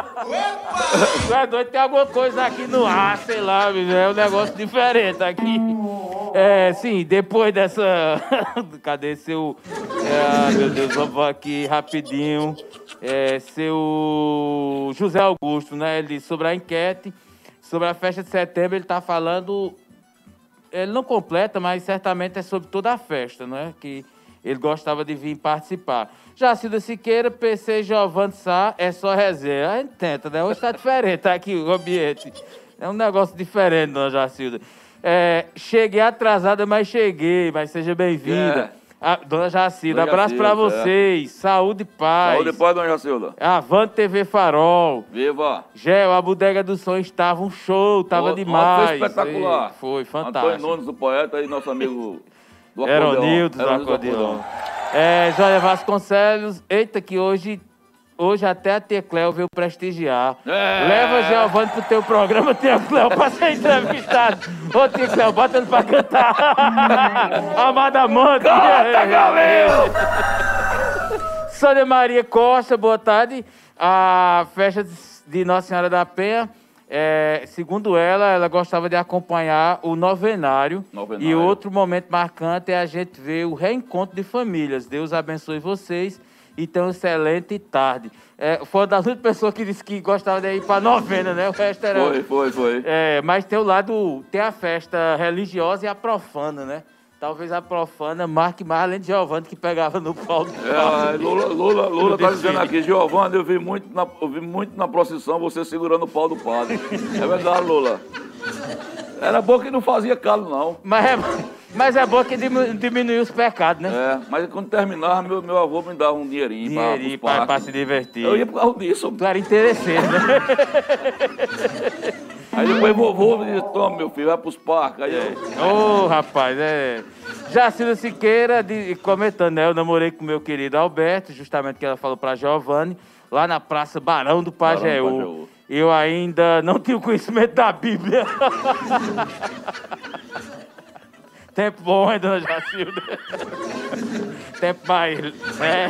Speaker 5: Tu é doido, tem alguma coisa aqui no ar, sei lá, é um negócio diferente aqui. É, sim, depois dessa... Cadê seu... É, meu Deus, vamos aqui rapidinho. É, seu José Augusto, né? Ele disse sobre a enquete, sobre a festa de setembro, ele está falando... Ele não completa, mas certamente é sobre toda a festa, né? Que ele gostava de vir participar. Jacilda Siqueira, P C Giovanni Sá, é só resenha. A gente tenta, né? Hoje está diferente, tá aqui o ambiente. É um negócio diferente, dona Jacilda. É, cheguei atrasada, mas cheguei. Mas seja bem-vinda. É. A, dona Jacilda, dona abraço para vocês. É. Saúde e paz.
Speaker 2: Saúde e paz, dona Jacilda.
Speaker 5: Avante T V Farol.
Speaker 2: Viva.
Speaker 5: Gel, a Bodega do Som estava um show, estava demais.
Speaker 2: Foi espetacular.
Speaker 5: E foi fantástico.
Speaker 2: Antônio Nunes, o poeta, e nosso amigo do
Speaker 5: acordeon. Eronildo do acordeon. É, Jóia Vasconcelos, eita que hoje, hoje até a Tia Cléo veio prestigiar. É. Leva Giovanni pro teu programa, Tia Cléo, pra ser entrevistado. Ô, Tia Cléo, bota ele pra cantar. Amada Amanda.
Speaker 2: Canta, galera!
Speaker 5: Sônia Maria Costa, boa tarde. A festa de Nossa Senhora da Penha, é, segundo ela, ela gostava de acompanhar o novenário, novenário. E outro momento marcante é a gente ver o reencontro de famílias. Deus abençoe vocês e tenham uma excelente tarde. É, foi uma das únicas pessoas que disse que gostava de ir para a novena, né? O resto era...
Speaker 2: Foi, foi, foi.
Speaker 5: É, mas tem o lado... Tem a festa religiosa e a profana, né? Talvez a profana marque mais, além de Giovanni, que pegava no pau do
Speaker 2: é, Lula, Lula, Lula está dizendo aqui, Giovanni, eu vi, muito na, eu vi muito na procissão você segurando o pau do padre. É verdade, Lula. Era bom que não fazia calo, não.
Speaker 5: Mas é, mas é bom que diminuiu os pecados, né?
Speaker 2: É, mas quando terminava, meu, meu avô me dava um dinheirinho,
Speaker 5: dinheirinho para, para se divertir.
Speaker 2: Eu ia por causa disso.
Speaker 5: Tu era interesseiro, né?
Speaker 2: Aí depois vovô me disse, toma, meu filho, vai pros parques. Aí
Speaker 5: é. Ô, oh, rapaz, é... Jacilda Siqueira, de, comentando, né? Eu namorei com meu querido Alberto, justamente que ela falou pra Giovanni, lá na Praça Barão do Pajeú. Eu ainda não tenho conhecimento da Bíblia. Tempo bom, hein, dona Jacilda? Tempo mais... É...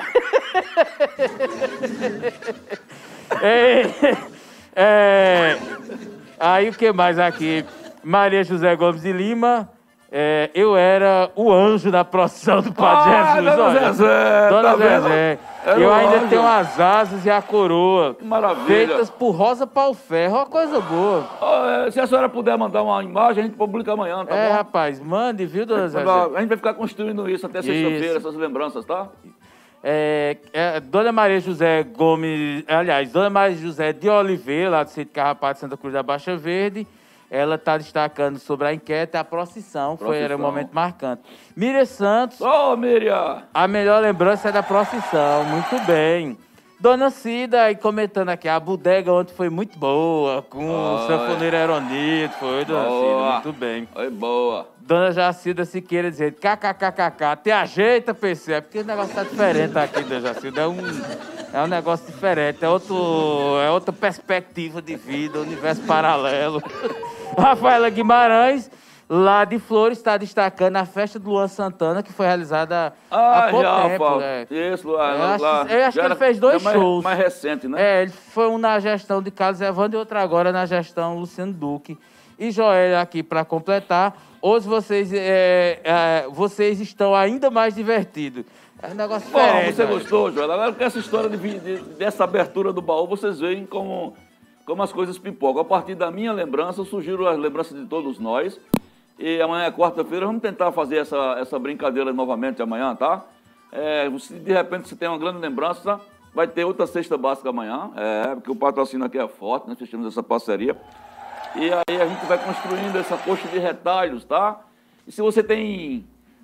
Speaker 5: é... é... Aí o que mais aqui? Maria José Gomes de Lima, é, eu era o anjo da procissão do Padre ah, Jesus.
Speaker 2: Dona
Speaker 5: olha,
Speaker 2: Zezé,
Speaker 5: Dona
Speaker 2: tá
Speaker 5: Zezé. Eu ainda
Speaker 2: anjo.
Speaker 5: tenho as asas e a coroa.
Speaker 2: Que maravilha.
Speaker 5: Feitas por Rosa Pauferro, uma coisa boa.
Speaker 2: Oh, se a senhora puder mandar uma imagem, a gente publica amanhã, tá
Speaker 5: é,
Speaker 2: bom? É,
Speaker 5: rapaz, mande, viu, Dona Zezé?
Speaker 2: A gente vai ficar construindo isso até sexta-feira, essas lembranças, tá?
Speaker 5: É, é, Dona Maria José Gomes, aliás, Dona Maria José de Oliveira, lá do sítio Carrapato, Santa Cruz da Baixa Verde, ela está destacando sobre a enquete, a procissão, procissão. Foi, era um momento marcante. Miriam Santos.
Speaker 2: Ô, oh, Miriam!
Speaker 5: A melhor lembrança é da procissão, muito bem. Dona Cida, e comentando aqui, a bodega ontem foi muito boa, com oh, o sanfoneiro Eronito, foi, Dona boa. Cida, muito bem.
Speaker 2: Foi boa.
Speaker 5: Dona Jacilda Siqueira dizendo, kkkk, te ajeita, P C, é porque o negócio tá diferente aqui, Dona Jacilda, é um, é um negócio diferente, é, outro, é outra perspectiva de vida, universo paralelo. Rafaela Guimarães, lá de Flores, está destacando a festa do Luan Santana, que foi realizada
Speaker 2: ah,
Speaker 5: há pouco
Speaker 2: já,
Speaker 5: tempo.
Speaker 2: Paulo.
Speaker 5: É.
Speaker 2: Isso, lá,
Speaker 5: eu
Speaker 2: lá,
Speaker 5: acho,
Speaker 2: lá.
Speaker 5: Eu acho que
Speaker 2: era,
Speaker 5: ele fez dois
Speaker 2: mais,
Speaker 5: shows.
Speaker 2: Mais recente, né?
Speaker 5: É, ele foi um na gestão de Carlos Evandro e outro agora na gestão Luciano Duque. E Joel aqui para completar. Hoje vocês, é, é, vocês estão ainda mais divertidos. É um negócio
Speaker 2: Bom,
Speaker 5: diferente.
Speaker 2: você
Speaker 5: né?
Speaker 2: gostou, Joel? Agora com essa história de, de, dessa abertura do baú, vocês veem como, como as coisas pipocam. A partir da minha lembrança, surgiram as lembranças de todos nós. E amanhã é quarta-feira, vamos tentar fazer essa, essa brincadeira novamente amanhã, tá? É, se de repente você tem uma grande lembrança, vai ter outra cesta básica amanhã, é, porque o patrocínio aqui é forte, nós fechamos essa parceria. E aí a gente vai construindo essa coxa de retalhos, tá? E se você tem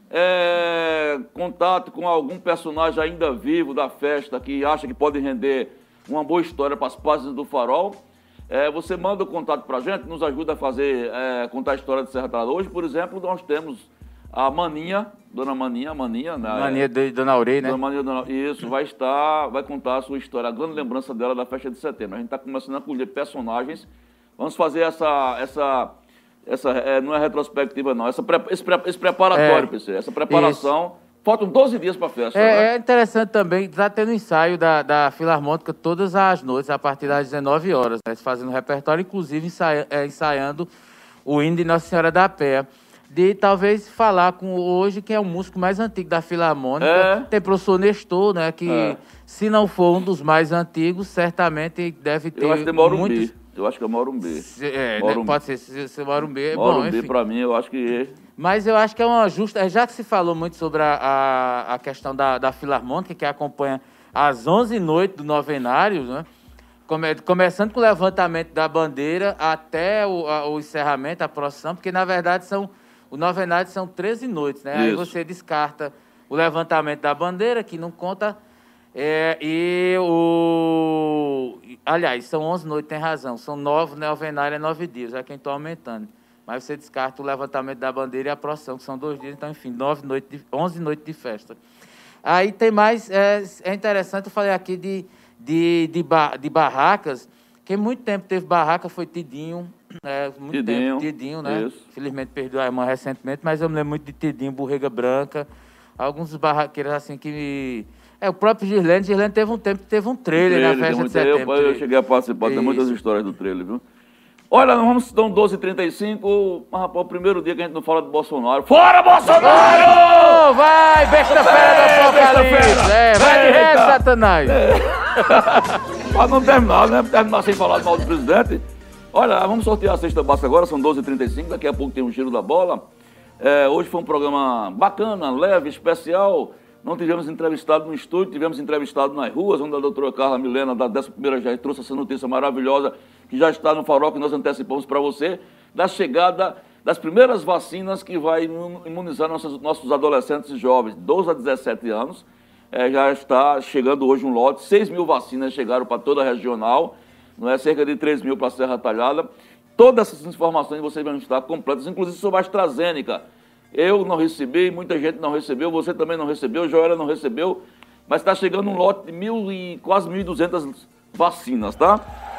Speaker 2: é, contato com algum personagem ainda vivo da festa que acha que pode render uma boa história para as páginas do Farol, é, você manda o contato para a gente, nos ajuda a fazer, é, contar a história de Serra Talhada. Hoje, por exemplo, nós temos a Maninha, Dona Maninha, Maninha, né?
Speaker 5: Maninha de Dona Aurei, né?
Speaker 2: Dona Maninha, Dona... Isso, vai estar, vai contar a sua história, a grande lembrança dela da festa de setembro. A gente está começando a colher personagens. Vamos fazer essa, essa, essa é, não é retrospectiva não, essa, esse, esse preparatório,
Speaker 5: é,
Speaker 2: P C, essa preparação. Isso. Faltam doze dias para a festa.
Speaker 5: É,
Speaker 2: né?
Speaker 5: é interessante também, está tendo ensaio da, da Filarmônica todas as noites, a partir das dezenove horas, né? Fazendo repertório, inclusive ensaia, é, ensaiando o hino de Nossa Senhora da Penha. De talvez falar com hoje, que é o músico mais antigo da Filarmônica. É. Tem o professor Nestor, né? Que é. se não for um dos mais antigos, certamente deve ter.
Speaker 2: Eu acho que tem Morumbi. Muitos... Eu acho que é Morumbi.
Speaker 5: É,
Speaker 2: Morumbi.
Speaker 5: Né? Pode ser, se, se Morumbi.
Speaker 2: Morumbi, para mim, eu acho que...
Speaker 5: Mas eu acho que é uma justa... Já que se falou muito sobre a, a, a questão da, da Filarmônica, que acompanha as onze noites do novenário, né? Come, começando com o levantamento da bandeira até o, a, o encerramento, a procissão, porque, na verdade, são, o novenário são treze noites, né? Isso. Aí você descarta o levantamento da bandeira, que não conta... É, e o... Aliás, são onze noites, tem razão. São nove, né? O novenário é nove dias, é quem está aumentando. Mas você descarta o levantamento da bandeira e a procissão, que são dois dias. Então, enfim, nove noites de, onze noites de festa. Aí tem mais... É, é interessante, eu falei aqui de, de, de, bar, de barracas. Quem muito tempo teve barraca foi Tidinho. É, muito
Speaker 2: Tidinho.
Speaker 5: tempo, Tidinho, né?
Speaker 2: Isso.
Speaker 5: Felizmente perdeu a irmã recentemente, mas eu me lembro muito de Tidinho, Borrega Branca. Alguns dos barraqueiros, assim, que... Me, É, o próprio Girlene, Girlene teve um tempo que teve um trailer, trailer na festa de setembro.
Speaker 2: Eu, eu cheguei a participar, tem muitas histórias do trailer, viu? Olha, nós vamos dar um doze e trinta e cinco, mas rapaz, o primeiro dia que a gente não fala de Bolsonaro. Fora, Bolsonaro!
Speaker 5: Oh, vai, besta-feira do Apocalipse! É, vai de reto, Satanás! É.
Speaker 2: Mas não terminar, né? Terminar sem falar mal do presidente. Olha, vamos sortear a cesta básica agora, são doze e trinta e cinco, daqui a pouco tem um giro da bola. É, hoje foi um programa bacana, leve, especial. Não tivemos entrevistado no estúdio, tivemos entrevistado nas ruas, onde a doutora Carla Milena, da décima primeira já trouxe essa notícia maravilhosa, que já está no Farol, que nós antecipamos para você, da chegada das primeiras vacinas que vai imunizar nossos, nossos adolescentes e jovens, doze a dezessete anos. É, já está chegando hoje um lote, seis mil vacinas chegaram para toda a regional, não é? Cerca de três mil para a Serra Talhada. Todas essas informações vocês vão estar completas, inclusive sobre a AstraZeneca. Eu não recebi, muita gente não recebeu, você também não recebeu, Joela não recebeu, mas está chegando um lote de mil e quase mil e duzentas vacinas, tá?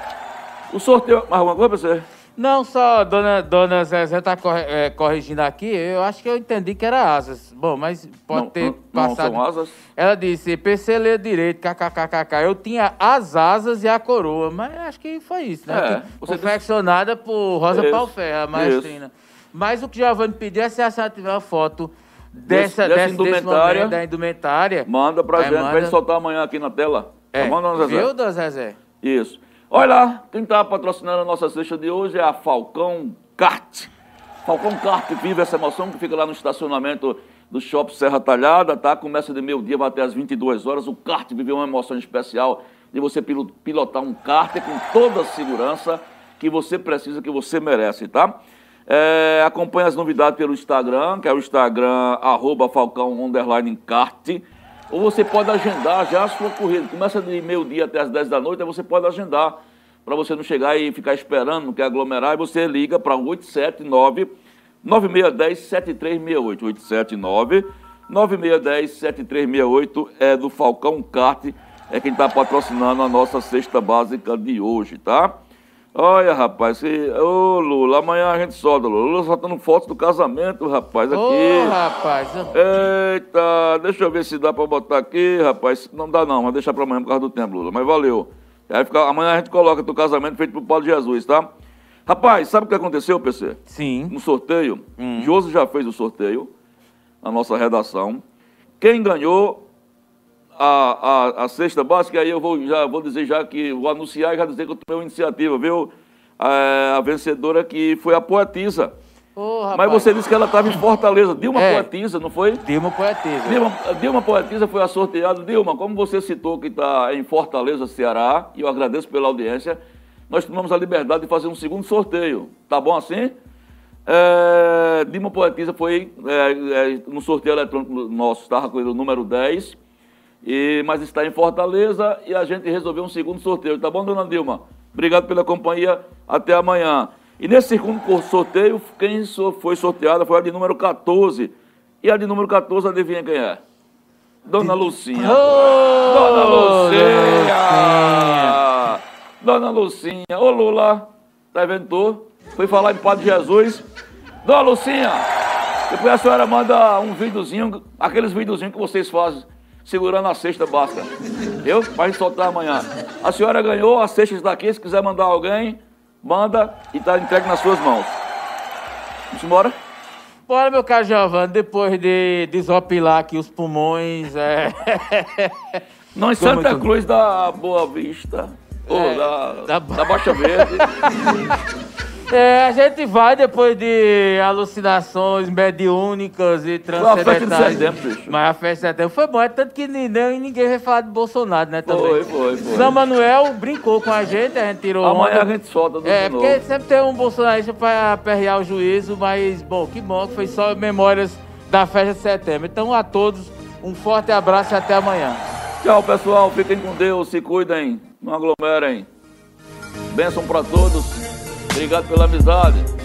Speaker 2: O sorteio... Mais alguma coisa, você?
Speaker 5: Não, só dona, dona Zezé está é, corrigindo aqui, eu acho que eu entendi que era asas. Bom, mas pode
Speaker 2: não,
Speaker 5: ter
Speaker 2: não,
Speaker 5: passado...
Speaker 2: Não são asas?
Speaker 5: Ela disse, P C lê direito, kkkk. Eu tinha as asas e a coroa, mas acho que foi isso, né?
Speaker 2: É,
Speaker 5: você confeccionada disse... por Rosa Palferra, a maestrina. Isso. Mas o que Giovanni pediu é se a senhora tiver uma foto dessa,
Speaker 2: dessa,
Speaker 5: dessa
Speaker 2: indumentária,
Speaker 5: desse momento, da indumentária.
Speaker 2: Manda pra é, gente, manda... pra gente soltar amanhã aqui na tela.
Speaker 5: É,
Speaker 2: tá bom, dona Zezé?
Speaker 5: Viu, dona Zezé?
Speaker 2: Isso. Olha lá, quem está patrocinando a nossa cesta de hoje é a Falcão Kart. Falcão Kart vive essa emoção que fica lá no estacionamento do Shopping Serra Talhada, tá? Começa de meio-dia, vai até às vinte e duas horas. O kart viveu uma emoção especial de você pilotar um kart com toda a segurança que você precisa, que você merece, tá? É, acompanhe as novidades pelo Instagram, que é o Instagram, arroba Falcão Underline Kart. Ou você pode agendar já a sua corrida. Começa de meio-dia até as dez da noite, aí você pode agendar, para você não chegar e ficar esperando, não quer aglomerar, e você liga para oito sete nove, nove seis um zero, sete três seis oito. oito sete nove, nove seis um zero, sete três seis oito é do Falcão Kart, é quem está patrocinando a nossa cesta básica de hoje, tá? Olha, rapaz, se... ô Lula, amanhã a gente solta, Lula. Lula soltando fotos do casamento, rapaz, aqui.
Speaker 5: Ô, rapaz.
Speaker 2: Eita, deixa eu ver se dá pra botar aqui, rapaz. Não dá não, mas deixa pra amanhã por causa do tempo, Lula. Mas valeu. Aí fica... Amanhã a gente coloca teu casamento feito pro Paulo Jesus, tá? Rapaz, sabe o que aconteceu, P C?
Speaker 5: Sim.
Speaker 2: No sorteio,
Speaker 5: Hum.
Speaker 2: Josi já fez o sorteio na nossa redação. Quem ganhou a, a, a cesta básica, aí eu vou, já, vou dizer já que, vou anunciar e já dizer que eu tomei uma iniciativa, viu? É, a vencedora que foi a Poetisa.
Speaker 5: Ô,
Speaker 2: Mas você disse que ela estava em Fortaleza. Dilma
Speaker 5: É.
Speaker 2: Poetisa, não foi?
Speaker 5: Dilma Poetisa.
Speaker 2: Dilma, Dilma Poetisa foi a sorteada. Dilma, como você citou que está em Fortaleza, Ceará, e eu agradeço pela audiência, nós tomamos a liberdade de fazer um segundo sorteio. Tá bom assim? É, Dilma Poetisa foi é, é, no sorteio eletrônico nosso, estava com o número dez, e, mas está em Fortaleza e a gente resolveu um segundo sorteio. Tá bom, dona Dilma? Obrigado pela companhia. Até amanhã. E nesse segundo sorteio, quem foi sorteada foi a de número quatorze. E a de número quatorze, adivinha quem é? Dona Lucinha.
Speaker 5: Oh,
Speaker 2: Dona Lucinha.
Speaker 5: Lucinha.
Speaker 2: Dona Lucinha. Ô Lula, tá vendo tu? Fui falar em Padre Jesus. Dona Lucinha, depois a senhora manda um videozinho, aqueles videozinhos que vocês fazem, segurando a cesta básica. Viu? Pra gente soltar amanhã. A senhora ganhou, as cestas daqui, se quiser mandar alguém, manda e tá entregue nas suas mãos. Vamos embora?
Speaker 5: Bora, meu caro Giovanni, depois de desopilar aqui os pulmões, é...
Speaker 2: Não, em
Speaker 5: Como
Speaker 2: Santa
Speaker 5: tu-
Speaker 2: Cruz da Boa Vista, ou
Speaker 5: É,
Speaker 2: da,
Speaker 5: da-
Speaker 2: da Baixa Verde.
Speaker 5: É, a gente vai depois de alucinações mediúnicas e
Speaker 2: Foi a festa de
Speaker 5: transcendentais.
Speaker 2: setembro, bicho.
Speaker 5: Mas a festa de setembro foi bom, é tanto que nem, nem ninguém vai falar de Bolsonaro, né, também.
Speaker 2: Foi, foi, foi.
Speaker 5: São Manuel brincou com a gente, a gente tirou
Speaker 2: Amanhã
Speaker 5: onda.
Speaker 2: a gente solta tudo
Speaker 5: É,
Speaker 2: de
Speaker 5: porque
Speaker 2: novo.
Speaker 5: sempre tem um bolsonarista para aperrear o juízo, mas, bom, que bom que foi só memórias da festa de setembro. Então, a todos, um forte abraço e até amanhã.
Speaker 2: Tchau, pessoal. Fiquem com Deus, se cuidem, não aglomerem. Bênção para todos. Obrigado pela amizade.